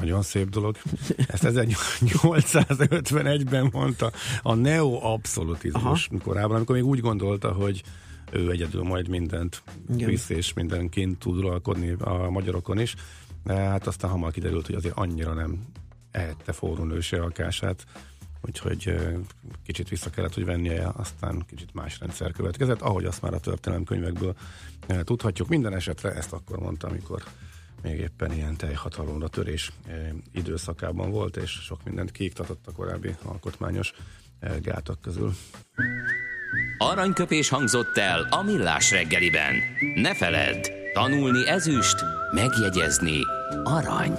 nagyon szép dolog. Ezt ezernyolcszázötvenegyben mondta a neo-abszolutizmus korábban, amikor még úgy gondolta, hogy ő egyedül majd mindent Igen. visz, és mindenként tud uralkodni a magyarokon is. Hát aztán hamar kiderült, hogy azért annyira nem ehette forró nőse alkását, úgyhogy kicsit vissza kellett, hogy vennie, aztán kicsit más rendszer következett, ahogy azt már a történelemkönyvekből tudhatjuk. Minden esetre ezt akkor mondta, amikor még éppen ilyen teljhatalomra törés időszakában volt, és sok mindent kiiktatott a korábbi alkotmányos gátak közül. Aranyköpés hangzott el a Millás reggeliben. Ne feledd, tanulni ezüst, megjegyezni arany.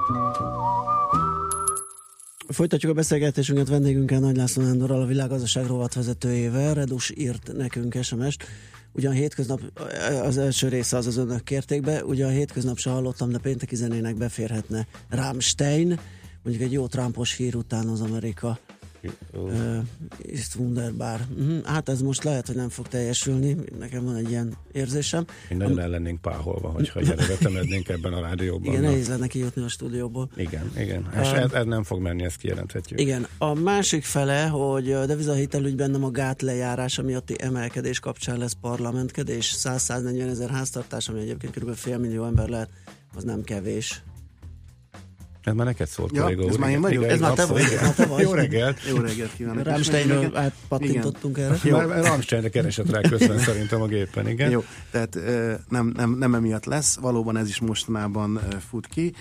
Folytatjuk a beszélgetésünket vendégünkkel, Nagy László Nándorral, a Világgazdaság rovatvezetőjével. Redus írt nekünk es em est. Ugyan hétköznap, az első része az az önök kérték be, ugyan hétköznap se hallottam, de pénteki zenének beférhetne Rammstein, mondjuk egy jó Trumpos hír után az Amerika uh, ist wunderbar. Uh-huh. Hát ez most lehet, hogy nem fog teljesülni, nekem van egy ilyen érzésem. Mi nagyon el lennénk páholva, hogyha gyere vetemednénk ebben a rádióban. Igen, nehéz lenne kijutni a stúdióból. Igen, igen. És uh, ez, ez nem fog menni, ezt kijelenthetjük. Igen. A másik fele, hogy a devizahitelügyben nem a gát lejárása miatti emelkedés kapcsán lesz parlamentkedés. száz-száznegyven ezer háztartás, ami egyébként kb. Fél millió ember lehet, az nem kevés. Ez már neked szólt, ja, kolléga ez úr. Már én vagyok. Ez már te vagy. Te vagy. Jó reggelt. Jó reggelt kívánok. Rammsteinről átpattintottunk erre. Jó. Már Rammsteinre keresett rá közben szerintem a gépen, igen. Jó, tehát nem, nem, nem emiatt lesz, valóban ez is mostanában fut ki,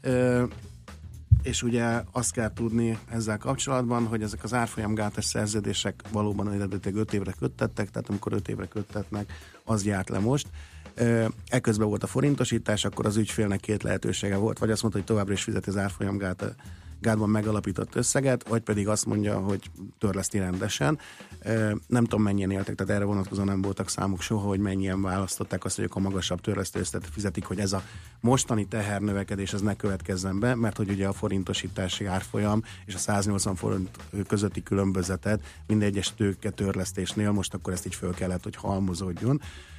és ugye azt kell tudni ezzel kapcsolatban, hogy ezek az árfolyamgátas szerződések valóban eredetileg öt évre köttettek, tehát amikor öt évre köttetnek, az járt le most. Eközben volt a forintosítás, akkor az ügyfélnek két lehetősége volt, vagy azt mondta, hogy továbbra is fizeti az árfolyamgát gátban megalapított összeget, vagy pedig azt mondja, hogy törleszti rendesen. Nem tudom, mennyien éltek, tehát erre vonatkozóan nem voltak számuk soha, hogy mennyien választották azt, hogy a magasabb törlesztő összeget fizetik, hogy ez a mostani tehernövekedés ez ne következzen be, mert hogy ugye a forintosítási árfolyam és a száznyolcvan forint közötti különbözetet minden egyes tőke törlesztésnél most akkor ezt így föl kellett, hogy halmozódjon.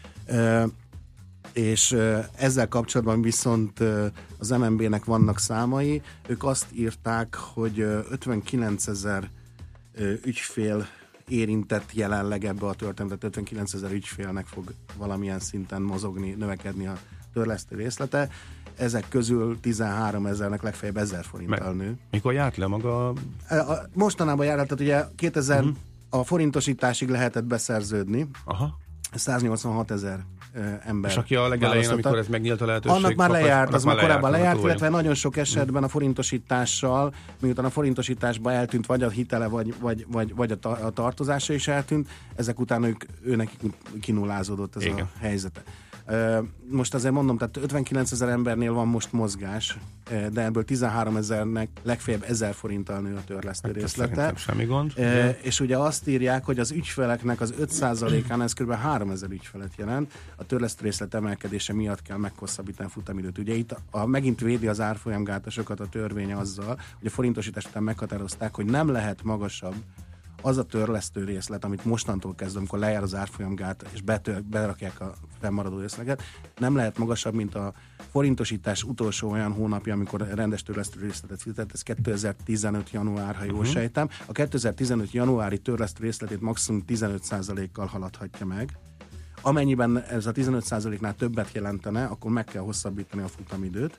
És ezzel kapcsolatban viszont az em en bé-nek vannak számai. Ők azt írták, hogy ötvenkilencezer ügyfél érintett jelenleg ebbe a történetet, ötvenkilencezer ügyfélnek fog valamilyen szinten mozogni, növekedni a törlesztő részlete. Ezek közül tizenháromezernek legfeljebb ezer forinttal nő. Mikor járt le maga? Mostanában járt, tehát ugye kétezer uh-huh. a forintosításig lehetett beszerződni. Aha. száznyolcvanhat ezer ember. És aki a legelején, amikor ez megnyílt a lehetőség? Annak már lejárt, az már korábban lejárt, illetve nagyon sok esetben a forintosítással, miután a forintosításba eltűnt vagy a hitele, vagy, vagy, vagy, vagy a, ta, a tartozása is eltűnt, ezek után ők, őnek kinullázódott ez Igen. a helyzete. Most azért mondom, tehát ötvenkilencezer embernél van most mozgás, de ebből tizenháromezernek legfeljebb ezer forinttal nő a törlesztő hát részlete. Semmi gond. E, és ugye azt írják, hogy az ügyfeleknek az öt százalékán ez kb. háromezer ügyfelet jelent. A törlesztő részlet emelkedése miatt kell meghosszabbítani a futamidőt. Ugye itt a, a, megint védi az árfolyamgátasokat a törvény azzal, hogy a forintosítás után meghatározták, hogy nem lehet magasabb az a törlesztő részlet, amit mostantól kezdve, amikor lejár az árfolyamgát, és betör, berakják a fennmaradó részleget, nem lehet magasabb, mint a forintosítás utolsó olyan hónapja, amikor rendes törlesztő részletet fizetett, ez kétezer-tizenöt január, ha jól uh-huh. sejtem. A kétezer-tizenöt januári törlesztő részletét maximum tizenöt százalékkal haladhatja meg. Amennyiben ez a tizenöt százaléknál többet jelentene, akkor meg kell hosszabbítani a futamidőt.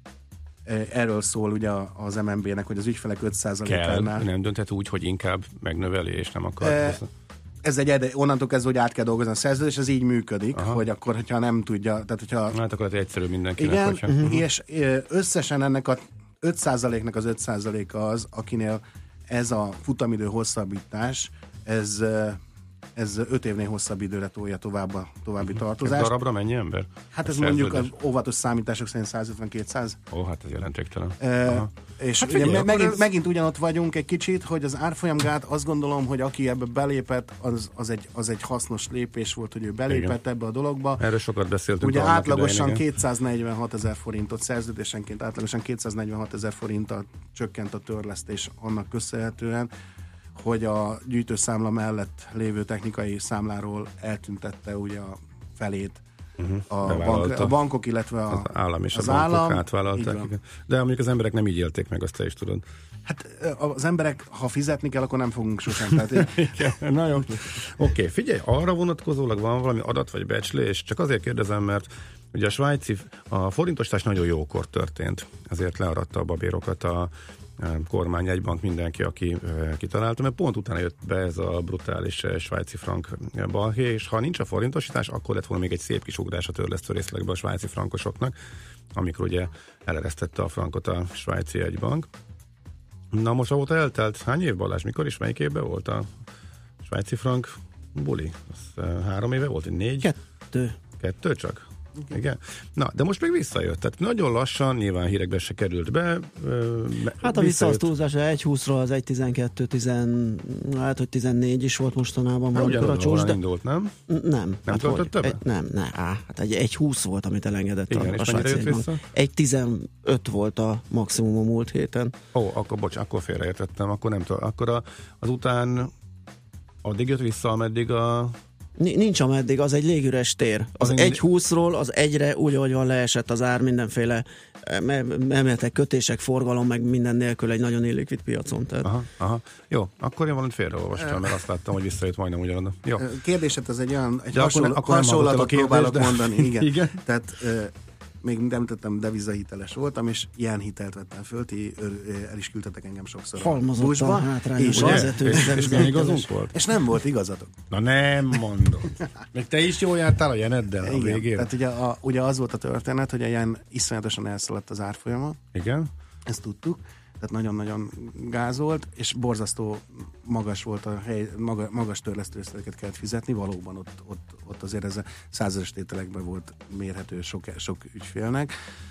Erről szól ugye az em en bé-nek, hogy az ügyfelek öt százalékánál... Nem dönthet úgy, hogy inkább megnöveli, és nem akar... E, ez egy ede, onnantól kezdve, hogy át kell dolgozni a szerződés, ez így működik, Aha. hogy akkor, hogyha nem tudja... Tehát, hogyha, hát akkor egyszerű mindenkinek. Igen, hogyha... uh-huh. és összesen ennek a öt százaléknak az öt százaléka az, akinél ez a futamidő hosszabbítás, ez... ez öt évnél hosszabb időre tolja tovább a további tartozást. Ez darabra mennyi ember? Hát ez mondjuk az óvatos számítások szerint százötven-kétszáz. Ó, hát ez jelentéktelen. E, és hát figyelj, megint, ez... megint ugyanott vagyunk egy kicsit, hogy az árfolyamgát azt gondolom, hogy aki ebbe belépett, az, az, egy, az egy hasznos lépés volt, hogy ő belépett igen. ebbe a dologba. Erről sokat beszéltünk. Ugye átlagosan kétszáznegyvenhat ezer forintot szerződésenként, átlagosan kétszáznegyvenhat ezer forinttal csökkent a törlesztés annak köszönhetően, hogy a gyűjtőszámla mellett lévő technikai számláról eltüntette ugye a felét uh-huh. a, bank, a bankok, illetve a, az állam és az a bankok állam átvállalták. De mondjuk az emberek nem így élték meg, azt te is tudod. Hát az emberek, ha fizetni kell, akkor nem fogunk sosem. Tehát igen, na jó. Oké, okay, figyelj, arra vonatkozólag van valami adat vagy becslés, csak azért kérdezem, mert ugye a svájci, a forintosítás nagyon jókor történt, ezért learatta a babérokat a kormány, egy bank, mindenki, aki kitalálta, mert pont utána jött be ez a brutális svájci frank balhé, és ha nincs a forintosítás, akkor lett volna még egy szép kis ugrás a törlesztő részlegbe a svájci frankosoknak, amikor ugye eleresztette a frankot a svájci egybank. Na most avóta eltelt hány év, Balázs? Mikor is? Melyik évben volt a svájci frank buli? Az három éve volt? Négy? Kettő. Kettő csak? Igen. Na, de most még visszajött. Tehát nagyon lassan, nyilván hírekbe se került be. Hát a visszasztúzás egy húszról az egy tizenkettő, tíz, hát hogy tizennégy is volt mostanában. Hát ugyanaz a csúcs, de... indult, nem? Nem. Nem hát töltött többen? Nem, nem. Á, hát egy egy húsz volt, amit elengedett. Igen, a, a svájci. egy tizenöt volt a maximum a múlt héten. Ó, akkor bocs, akkor félreértettem. Akkor nem tudom. Akkor a, azután addig jött vissza, ameddig a Nincs ameddig, az egy légüres tér. Az egy húszról az egyre úgy, ahogy van, leesett az ár mindenféle emeltek, kötések, forgalom, meg minden nélkül egy nagyon illikvid piacon. Tehát. Aha, aha. Jó, akkor én valamit félreolvastam, mert azt láttam, hogy visszajött majdnem ugyanoda. Jó. Kérdésed, ez egy olyan egy de hasonl- akkor ne, hasonlatot kérdés, próbálok de... mondani. Igen. Igen. Tehát még említettem, devizahiteles voltam, és ilyen hitelt vettem föl, ti el is küldtetek engem sokszor. Halmozottan hátrányos vezető. És, és milyen igazunk volt? És nem volt igazatok. Na nem mondom. Még te is jól jártál a jeneddel a végére. Tehát ugye, a, ugye az volt a történet, hogy a jen iszonyatosan elszaladt az árfolyama. Igen. Ezt tudtuk. Tehát nagyon-nagyon gázolt, és borzasztó magas volt a hely, maga, magas törlesztőösszegeket kellett fizetni, valóban ott, ott, ott azért ez a százeres tételekben volt mérhető sok, sok ügyfélnek.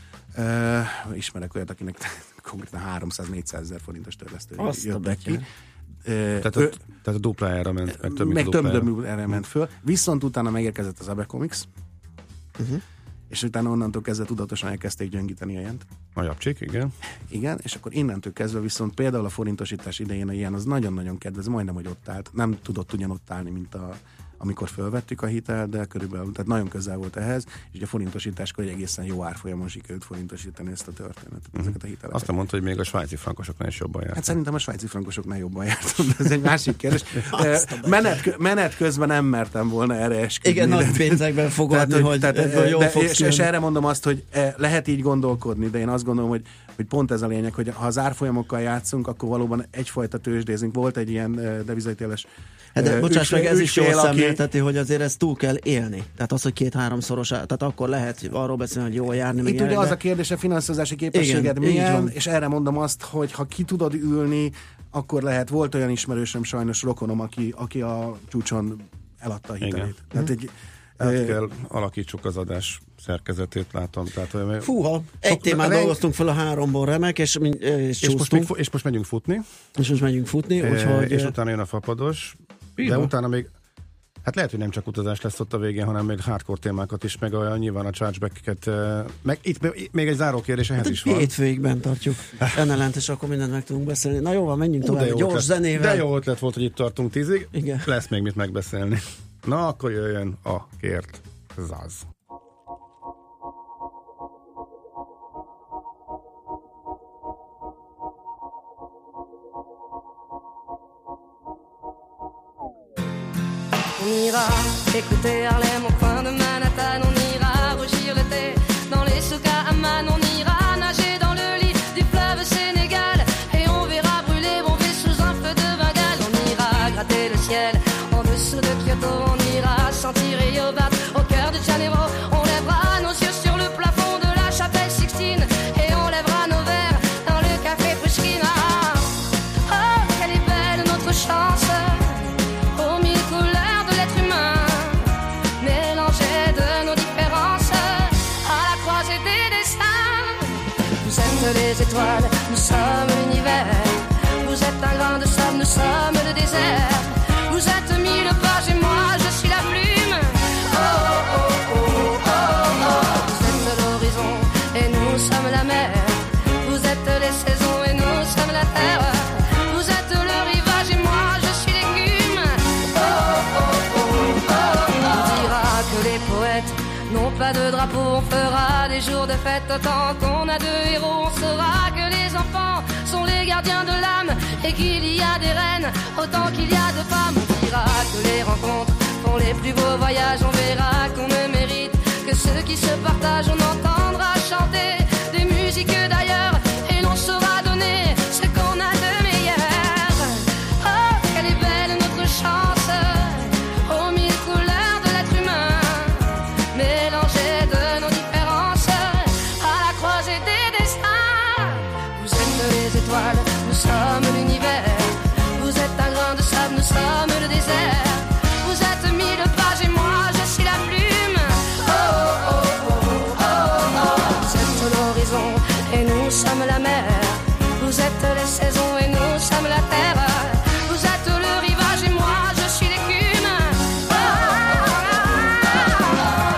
Uh, ismerek olyat, akinek konkrétan háromszáz-négyszázezer forintos törlesztő jöttek ki. Uh, tehát, a, ö, tehát a duplájára ment, meg több, meg több duplájára ment föl. Viszont utána megérkezett az Abecomics, uh-huh. és utána onnantól kezdve tudatosan elkezdték gyöngíteni a jent. A japcsik, igen. Igen, és akkor innentől kezdve viszont például a forintosítás idején a ilyen az nagyon-nagyon kedvező, majdnem, hogy ott állt. Nem tudott ugyanott állni, mint a, amikor fölvettük a hitelt, de körülbelül, tehát nagyon közel volt ehhez, és a forintosításkor egy egészen jó árfolyamon sikerült forintosítani ezt a történetet, uh-huh. ezeket a hiteleket. Azt mondta, hogy még a svájci frankosoknál is jobban járt. Hát szerintem a svájci frankosoknál jobban jártam, de ez egy másik kérdés. menet, menet közben nem mertem volna erre esküdni. Igen, nagy pénzekben fogadni, tehát, hogy tehát, ebből jól fogsz és, és erre mondom azt, hogy lehet így gondolkodni, de én azt gondolom, hogy, hogy pont ez a lényeg, hogy ha az árfolyamokkal játszunk, akkor valóban egyfajta tőzsdézünk. Volt egy ilyen devizahiteles hát de bocsáss meg, ez is jól szemlélteti, hogy azért ezt túl kell élni. Tehát az, hogy két-háromszoros, tehát akkor lehet arról beszélni, hogy jól járni. Itt ugye az a kérdés, a finanszírozási képességed igen, milyen, és erre mondom azt, hogy ha ki tudod ülni, akkor lehet. Volt olyan ismerősöm, sajnos rokonom, aki, aki a csúcson eladta a hitelét. Tehát egy, hát e... kell alakítsuk az adás szerkezetét, látom. Tehát, hogy fúha, egy témát leg... dolgoztunk fel a háromból, remek, és, és, és, most még, és most megyünk futni. És most megyünk futni, e, úgyhogy... És utána jön a fapados. Igen. De utána még, hát lehet, hogy nem csak utazás lesz ott a végén, hanem még hardcore témákat is, meg olyan nyilván a chargeback-eket, meg itt még egy záró kérdés ehhez hát is van. Hétvégig bent tartjuk. Ennelent, és akkor mindent meg tudunk beszélni. Na jó van, menjünk uh, tovább, gyors ötlet, zenével. De jó ötlet volt, hogy itt tartunk tízig. Igen. Lesz még mit megbeszélni. Na, akkor jöjjön a kért Zaz. On ira écouter Harlem au coin de Manhattan, on ira rougir le thé dans les souks à Amman, on ira nager dans le lit du fleuve Sénégal et on verra brûler bomber sous un feu de Bengale. On ira gratter le ciel en dessous de Kyoto, on ira sentir Rio battre au cœur de Janeiro, on lèvera nos yeux sur le plafond de la chapelle Sixtine et on lèvera nos verres dans le café Pushkin. Ah, oh, quelle est belle notre chance. Les étoiles, nous sommes l'univers. Vous êtes un grain de sable, nous sommes le désert. Vous êtes mille pages et moi je suis la plume. Oh oh oh oh oh oh. Vous êtes l'horizon et nous sommes la mer. Vous êtes les saisons et nous sommes la terre. Vous êtes le rivage et moi je suis l'écume. Oh oh oh oh oh. On dira que les poètes n'ont pas fête tant qu'on a deux héros. On saura que les enfants sont les gardiens de l'âme et qu'il y a des reines autant qu'il y a de femmes. On dira que les rencontres font les plus beaux voyages. On verra qu'on ne mérite que ceux qui se partagent. On entendra chanter des musiques d'ailleurs et l'on saura donner ce qu'on a de meilleur. Oh, quelle est belle notre chance, aux mille couleurs de l'être humain, mélangées de nos différences, à la croisée des destins. Vous êtes les étoiles, nous sommes l'univers. Vous êtes un grain de sable, nous sommes le désert. Vous êtes mille pages et moi je suis la plume. Oh, oh, oh, oh, oh, oh. Vous êtes l'horizon et nous sommes la mer. Vous êtes les saisons et nous sommes la terre. Vous êtes le rivage et moi je suis l'écume. Oh, oh, oh, oh.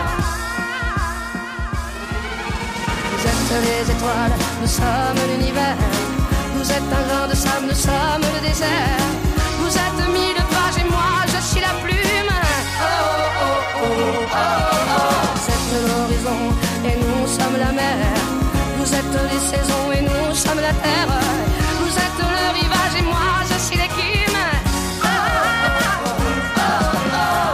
Vous êtes les étoiles, nous sommes l'univers. Vous êtes un grain de sable, nous sommes le désert. Vous êtes mille pages et moi je suis la plume. Oh, oh, oh, oh, oh. Vous êtes l'horizon et nous sommes la mer. Vous êtes les saisons et nous sommes la terre. Vous êtes le rivage et moi je suis l'écume. Oh, oh, oh, oh.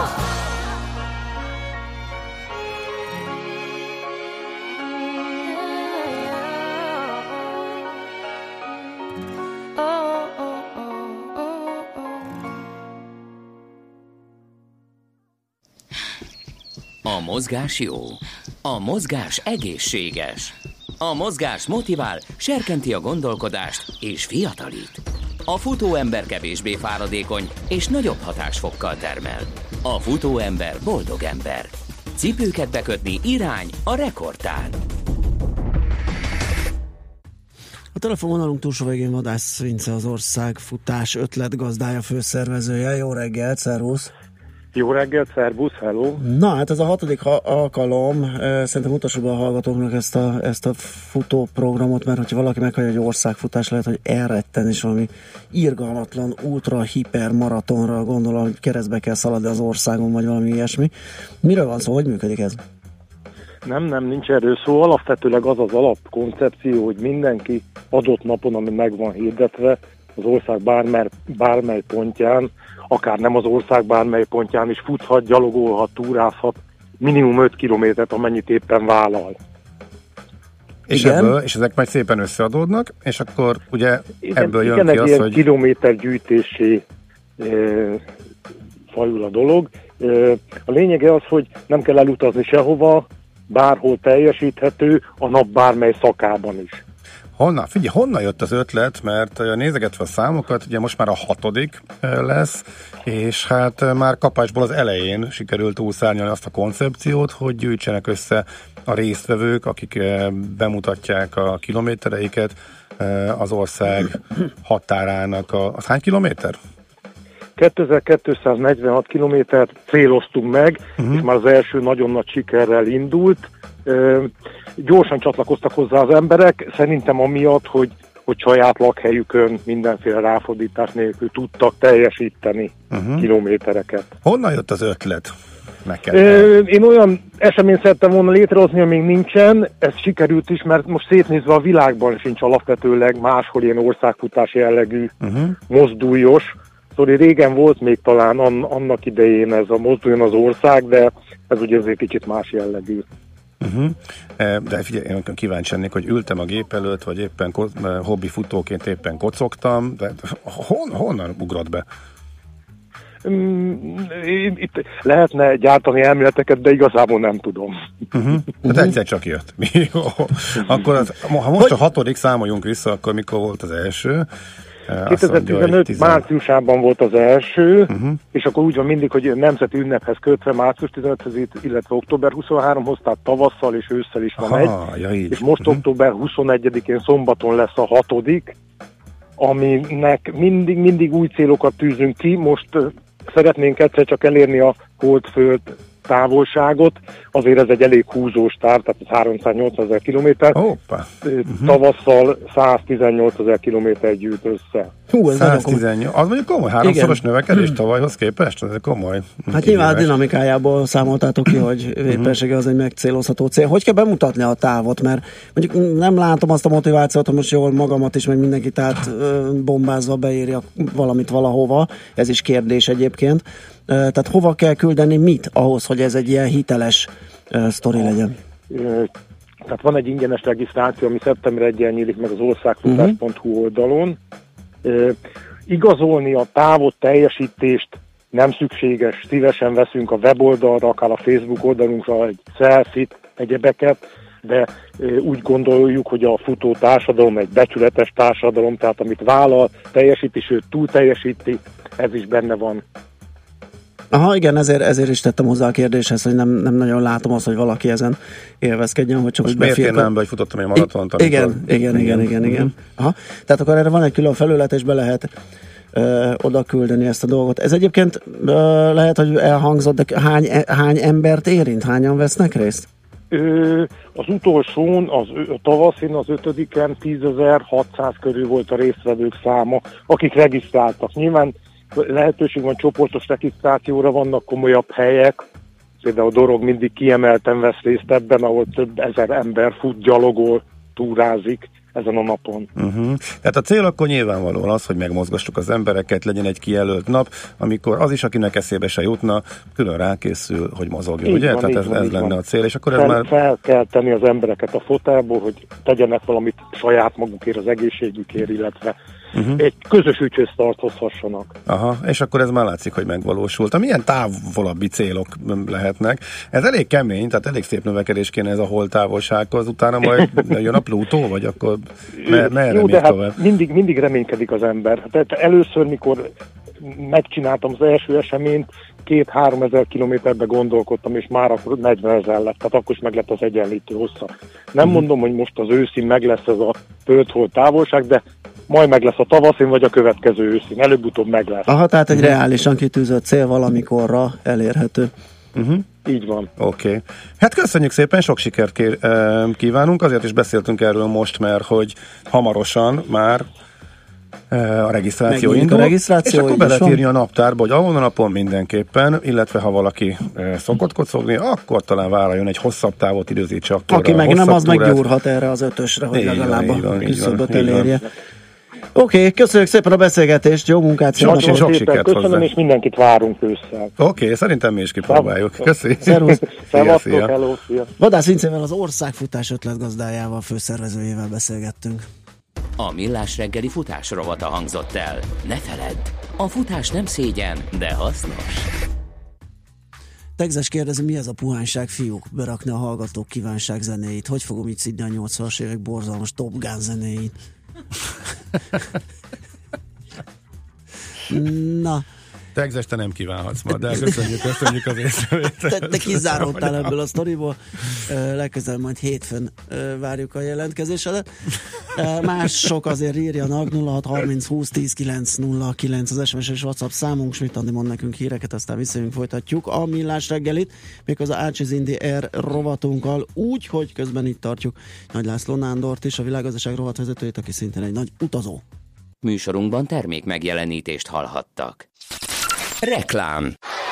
A mozgás jó. A mozgás egészséges. A mozgás motivál, serkenti a gondolkodást és fiatalít. A futóember kevésbé fáradékony és nagyobb hatásfokkal termel. A futóember boldog ember. Cipőket bekötni irány a rekordtár. A telefonvonalunk túlsó végén Vadász Vince, az ország futás ötletgazdája, főszervezője. Jó reggelt, szervusz! Jó reggelt, szervusz, hello! Na, hát ez a hatodik ha- alkalom. Szerintem mutassuk be a hallgatóknak ezt a, ezt a futóprogramot, mert hogyha valaki meghallja, hogy országfutás, lehet, hogy elretten is valami irgalmatlan ultra hiper maratonra gondol, hogy keresztbe kell szaladni az országon, vagy valami ilyesmi. Miről van szó, hogy működik ez? Nem, nem, nincs erről szó. Alapvetőleg az az alapkoncepció, hogy mindenki adott napon, ami meg van hirdetve, az ország bármely, bármely pontján, akár nem az ország bármely pontján is futhat, gyalogolhat, túrázhat minimum öt kilométert, amennyit éppen vállal. És, ebből, és ezek majd szépen összeadódnak, és akkor ugye igen, ebből jön igen, ki az, ilyen hogy... kilométergyűjtésé e, fajul a dolog. E, a lényege az, hogy nem kell elutazni sehova, bárhol teljesíthető, a nap bármely szakában is. Honnan? Figyelj, honnan jött az ötlet, mert nézegetve a számokat, ugye most már a hatodik lesz, és hát már kapásból az elején sikerült túlszárnyalni azt a koncepciót, hogy gyűjtsenek össze a résztvevők, akik bemutatják a kilométereiket az ország határának. A, az hány kilométer? kétezer-kétszáznegyvenhat kilométert céloztunk meg, uh-huh. és már az első nagyon nagy sikerrel indult. Ö, gyorsan csatlakoztak hozzá az emberek, szerintem amiatt, hogy, hogy saját lakhelyükön mindenféle ráfordítás nélkül tudtak teljesíteni uh-huh. kilométereket. Honnan jött az ötlet? Ö, én olyan eseményt szerettem volna létrehozni, amíg nincsen, ez sikerült is, mert most szétnézve a világban sincs alapvetőleg máshol ilyen országfutás jellegű uh-huh. mozduljon. Szóval régen volt még talán an, annak idején ez a mozduljon az ország, de ez ugye azért kicsit más jellegű. Uh-huh. De figyelj, én kíváncsi lennék, hogy ültem a gép előtt, vagy éppen ko- hobbi futóként éppen kocogtam, de hon, honnan ugrott be? Itt lehetne gyártani elméleteket, de igazából nem tudom. Uh-huh. Hát egyszer csak jött. Jó. Akkor az, ha most a hatodik számoljunk vissza, akkor mikor volt az első? kétezer-tizenöt márciusában volt az első, uh-huh. és akkor úgy van mindig, hogy nemzeti ünnephez kötve március tizenötös, illetve október huszonharmadikán, tehát tavasszal és ősszel is van Aha, egy. Ja, és most uh-huh. október huszonegyedikén szombaton lesz a hatodik, aminek mindig, mindig új célokat tűzünk ki. Most uh, szeretnénk egyszer csak elérni a Holdföld távolságot, azért ez egy elég húzós tár, tehát ez háromszáznyolcvanezer kilométer. Hoppá. Tavasszal száztizennyolcezer kilométer gyűjt össze. Hú, ez száztizennyolc, az mondjuk komoly, háromszoros igen. növekedés tavalyhoz képest, ez komoly. Hát nyilván a dinamikájából számoltátok ki, hogy éppensége az egy megcélozható cél. Hogy kell bemutatni a távot? Mert mondjuk nem látom azt a motivációt, hogy most jól magamat is, meg mindenkit át bombázva beírja valamit valahova. Ez is kérdés egyébként. Tehát hova kell küldeni mit ahhoz, hogy ez egy ilyen hiteles uh, sztori legyen? Tehát van egy ingyenes regisztráció, ami szeptember elsején nyílik meg az országfutás pont hu oldalon. Uh, igazolni a távot, teljesítést nem szükséges, szívesen veszünk a weboldalra, akár a Facebook oldalunkra egy selfie-t, egyebeket, de uh, úgy gondoljuk, hogy a futó társadalom egy becsületes társadalom, tehát amit vállal, teljesíti, sőt túl teljesíti, ez is benne van. Aha, igen, ezért, ezért is tettem hozzá a kérdéshez, hogy nem, nem nagyon látom azt, hogy valaki ezen élvezkedjen, hogy csak most miért én nem be, hogy futottam egy maratont? I- igen, igen, igen, igen, igen. Aha. Tehát akkor erre van egy külön felület, és be lehet ö, oda küldeni ezt a dolgot. Ez egyébként ö, lehet, hogy elhangzott, de hány, hány embert érint? Hányan vesznek részt? Ö, az utolsón, az a tavaszin, az ötödiken tízezer-hatszáz körül volt a résztvevők száma, akik regisztráltak. Nyilván lehetőség van csoportos regisztrációra, vannak komolyabb helyek, például a Dorog mindig kiemelten vesz részt ebben, ahol több ezer ember fut, gyalogol, túrázik ezen a napon. Uh-huh. Tehát a cél akkor nyilvánvalóan az, hogy megmozgassuk az embereket, legyen egy kijelölt nap, amikor az is, akinek eszébe se jutna, külön rákészül, hogy mozogjon, így ugye? Van, Tehát ez, van, ez lenne van. a cél, és akkor ez fel, már... Fel kell tenni az embereket a fotelból, hogy tegyenek valamit saját magukért, az egészségükért, illetve uh-huh. egy közös ügyhöz tartozhassanak. Aha, és akkor ez már látszik, hogy megvalósult. Milyen távolabbi célok lehetnek? Ez elég kemény, tehát elég szép növekedés kéne ez a holtávolsághoz, utána majd jön a Plutó, vagy akkor mer- merre Jó, még de hát tovább? mindig, mindig reménykedik az ember. Tehát először, mikor megcsináltam az első eseményt, két-három ezer kilométerbe gondolkodtam, és már akkor negyvenezer lett, tehát akkor is meg lett az egyenlítő hossza. Nem uh-huh. mondom, hogy most az őszín meg lesz ez a föld-hold távolság, de majd meg lesz a tavaszin, vagy a következő őszín. Előbb-utóbb meg lesz. Aha, tehát egy reálisan kitűzött cél valamikorra elérhető. Uh-huh. Így van. Oké. Okay. Hát köszönjük szépen, sok sikert kér, kívánunk. Azért is beszéltünk erről most, mert hogy hamarosan már a regisztráció Megnyílik indul, a regisztráció, és akkor be lehet írni a naptárba, hogy ahol a napon mindenképpen, illetve ha valaki szokott kocogni, akkor talán vállaljon egy hosszabb távot, időzítse akkor aki a meg nem, az túrát. meggyúrhat erre az ötösre, hogy így legalább van, a küszöböt így van, elérje. Oké, okay, köszönjük szépen a beszélgetést, jó munkát, sok, sok, sok sikert köszönöm, hozzá. És mindenkit várunk ősszel. Oké, okay, szerintem mi is kipróbáljuk. Köszi. Szervusz. Szevasztok, hello, szia. Vadász Vincével, az országfutás ötletgazdájával, főszervezőjével beszélgettünk. A Millás reggeli futás rovata hangzott el. Ne feledd, a futás nem szégyen, de hasznos. Tegzes kérdezi, mi ez a puhányság, fiúk? Berakni a hallgatók kívánság zenéit. Hogy fogom így szidni a nyolcvanas évek borzalmas Top Gun zenéit? Na. Tegzes, te nem kívánhatsz ma, de köszönjük, köszönjük az észrevételt. Te, te kizáródtál ebből a sztoriból. Legközelebb majd hétfőn várjuk a jelentkezésedet. Mások azért írjanak nulla hat harminc húsz tíz kilenc nulla kilenc az es em es és WhatsApp számunk. Schmidt Andi mond nekünk híreket, aztán visszajövünk, folytatjuk a Millás reggelit, méghozzá Ácsiz Indi Air rovatunkkal, úgy, hogy közben itt tartjuk Nagy László Nándort is, a világgazdaság rovatvezetőjét, aki szintén egy nagy utazó. Műsorunkban termék megjelenítést hallhattak. Reklám.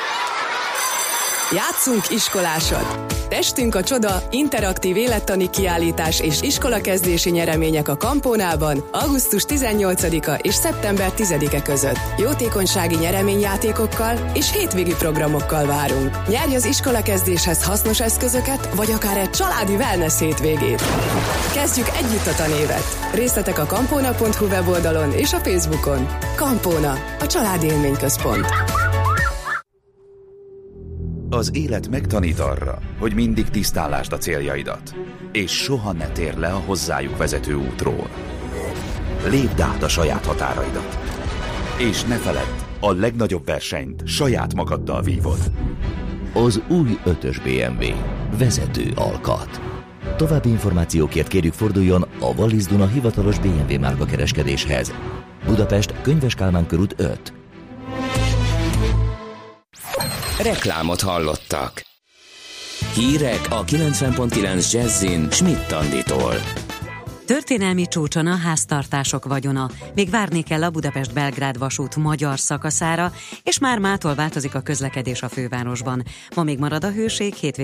Játszunk iskolásat! Testünk a csoda, interaktív élettani kiállítás és iskolakezdési nyeremények a Kampónában augusztus tizennyolcadika és szeptember tizedike között. Jótékonysági nyereményjátékokkal és hétvégi programokkal várunk. Nyerj az iskolakezdéshez hasznos eszközöket, vagy akár egy családi wellness hétvégét. Kezdjük együtt a tanévet. Részletek a kampóna pont hu weboldalon és a Facebookon. Kampóna, a családi élményközpont. Az élet megtanít arra, hogy mindig tisztán lásd a céljaidat, és soha ne térj le a hozzájuk vezető útról. Lépd át a saját határaidat. És ne feledd, a legnagyobb versenyt saját magaddal vívod. Az új ötös bé em vé. Vezető alkat. További információkért kérjük forduljon a Wallis Duna hivatalos bé em vé márka kereskedéshez. Budapest, Könyves Kálmán körút öt. Reklámot hallottak. Hírek a kilencven pont kilenc Jazzin Schmidt Anditól. Történelmi csúcson a háztartások vagyona. Még várni kell a Budapest-Belgrád vasút magyar szakaszára, és már mától változik a közlekedés a fővárosban. Ma még marad a hőség, hétvégén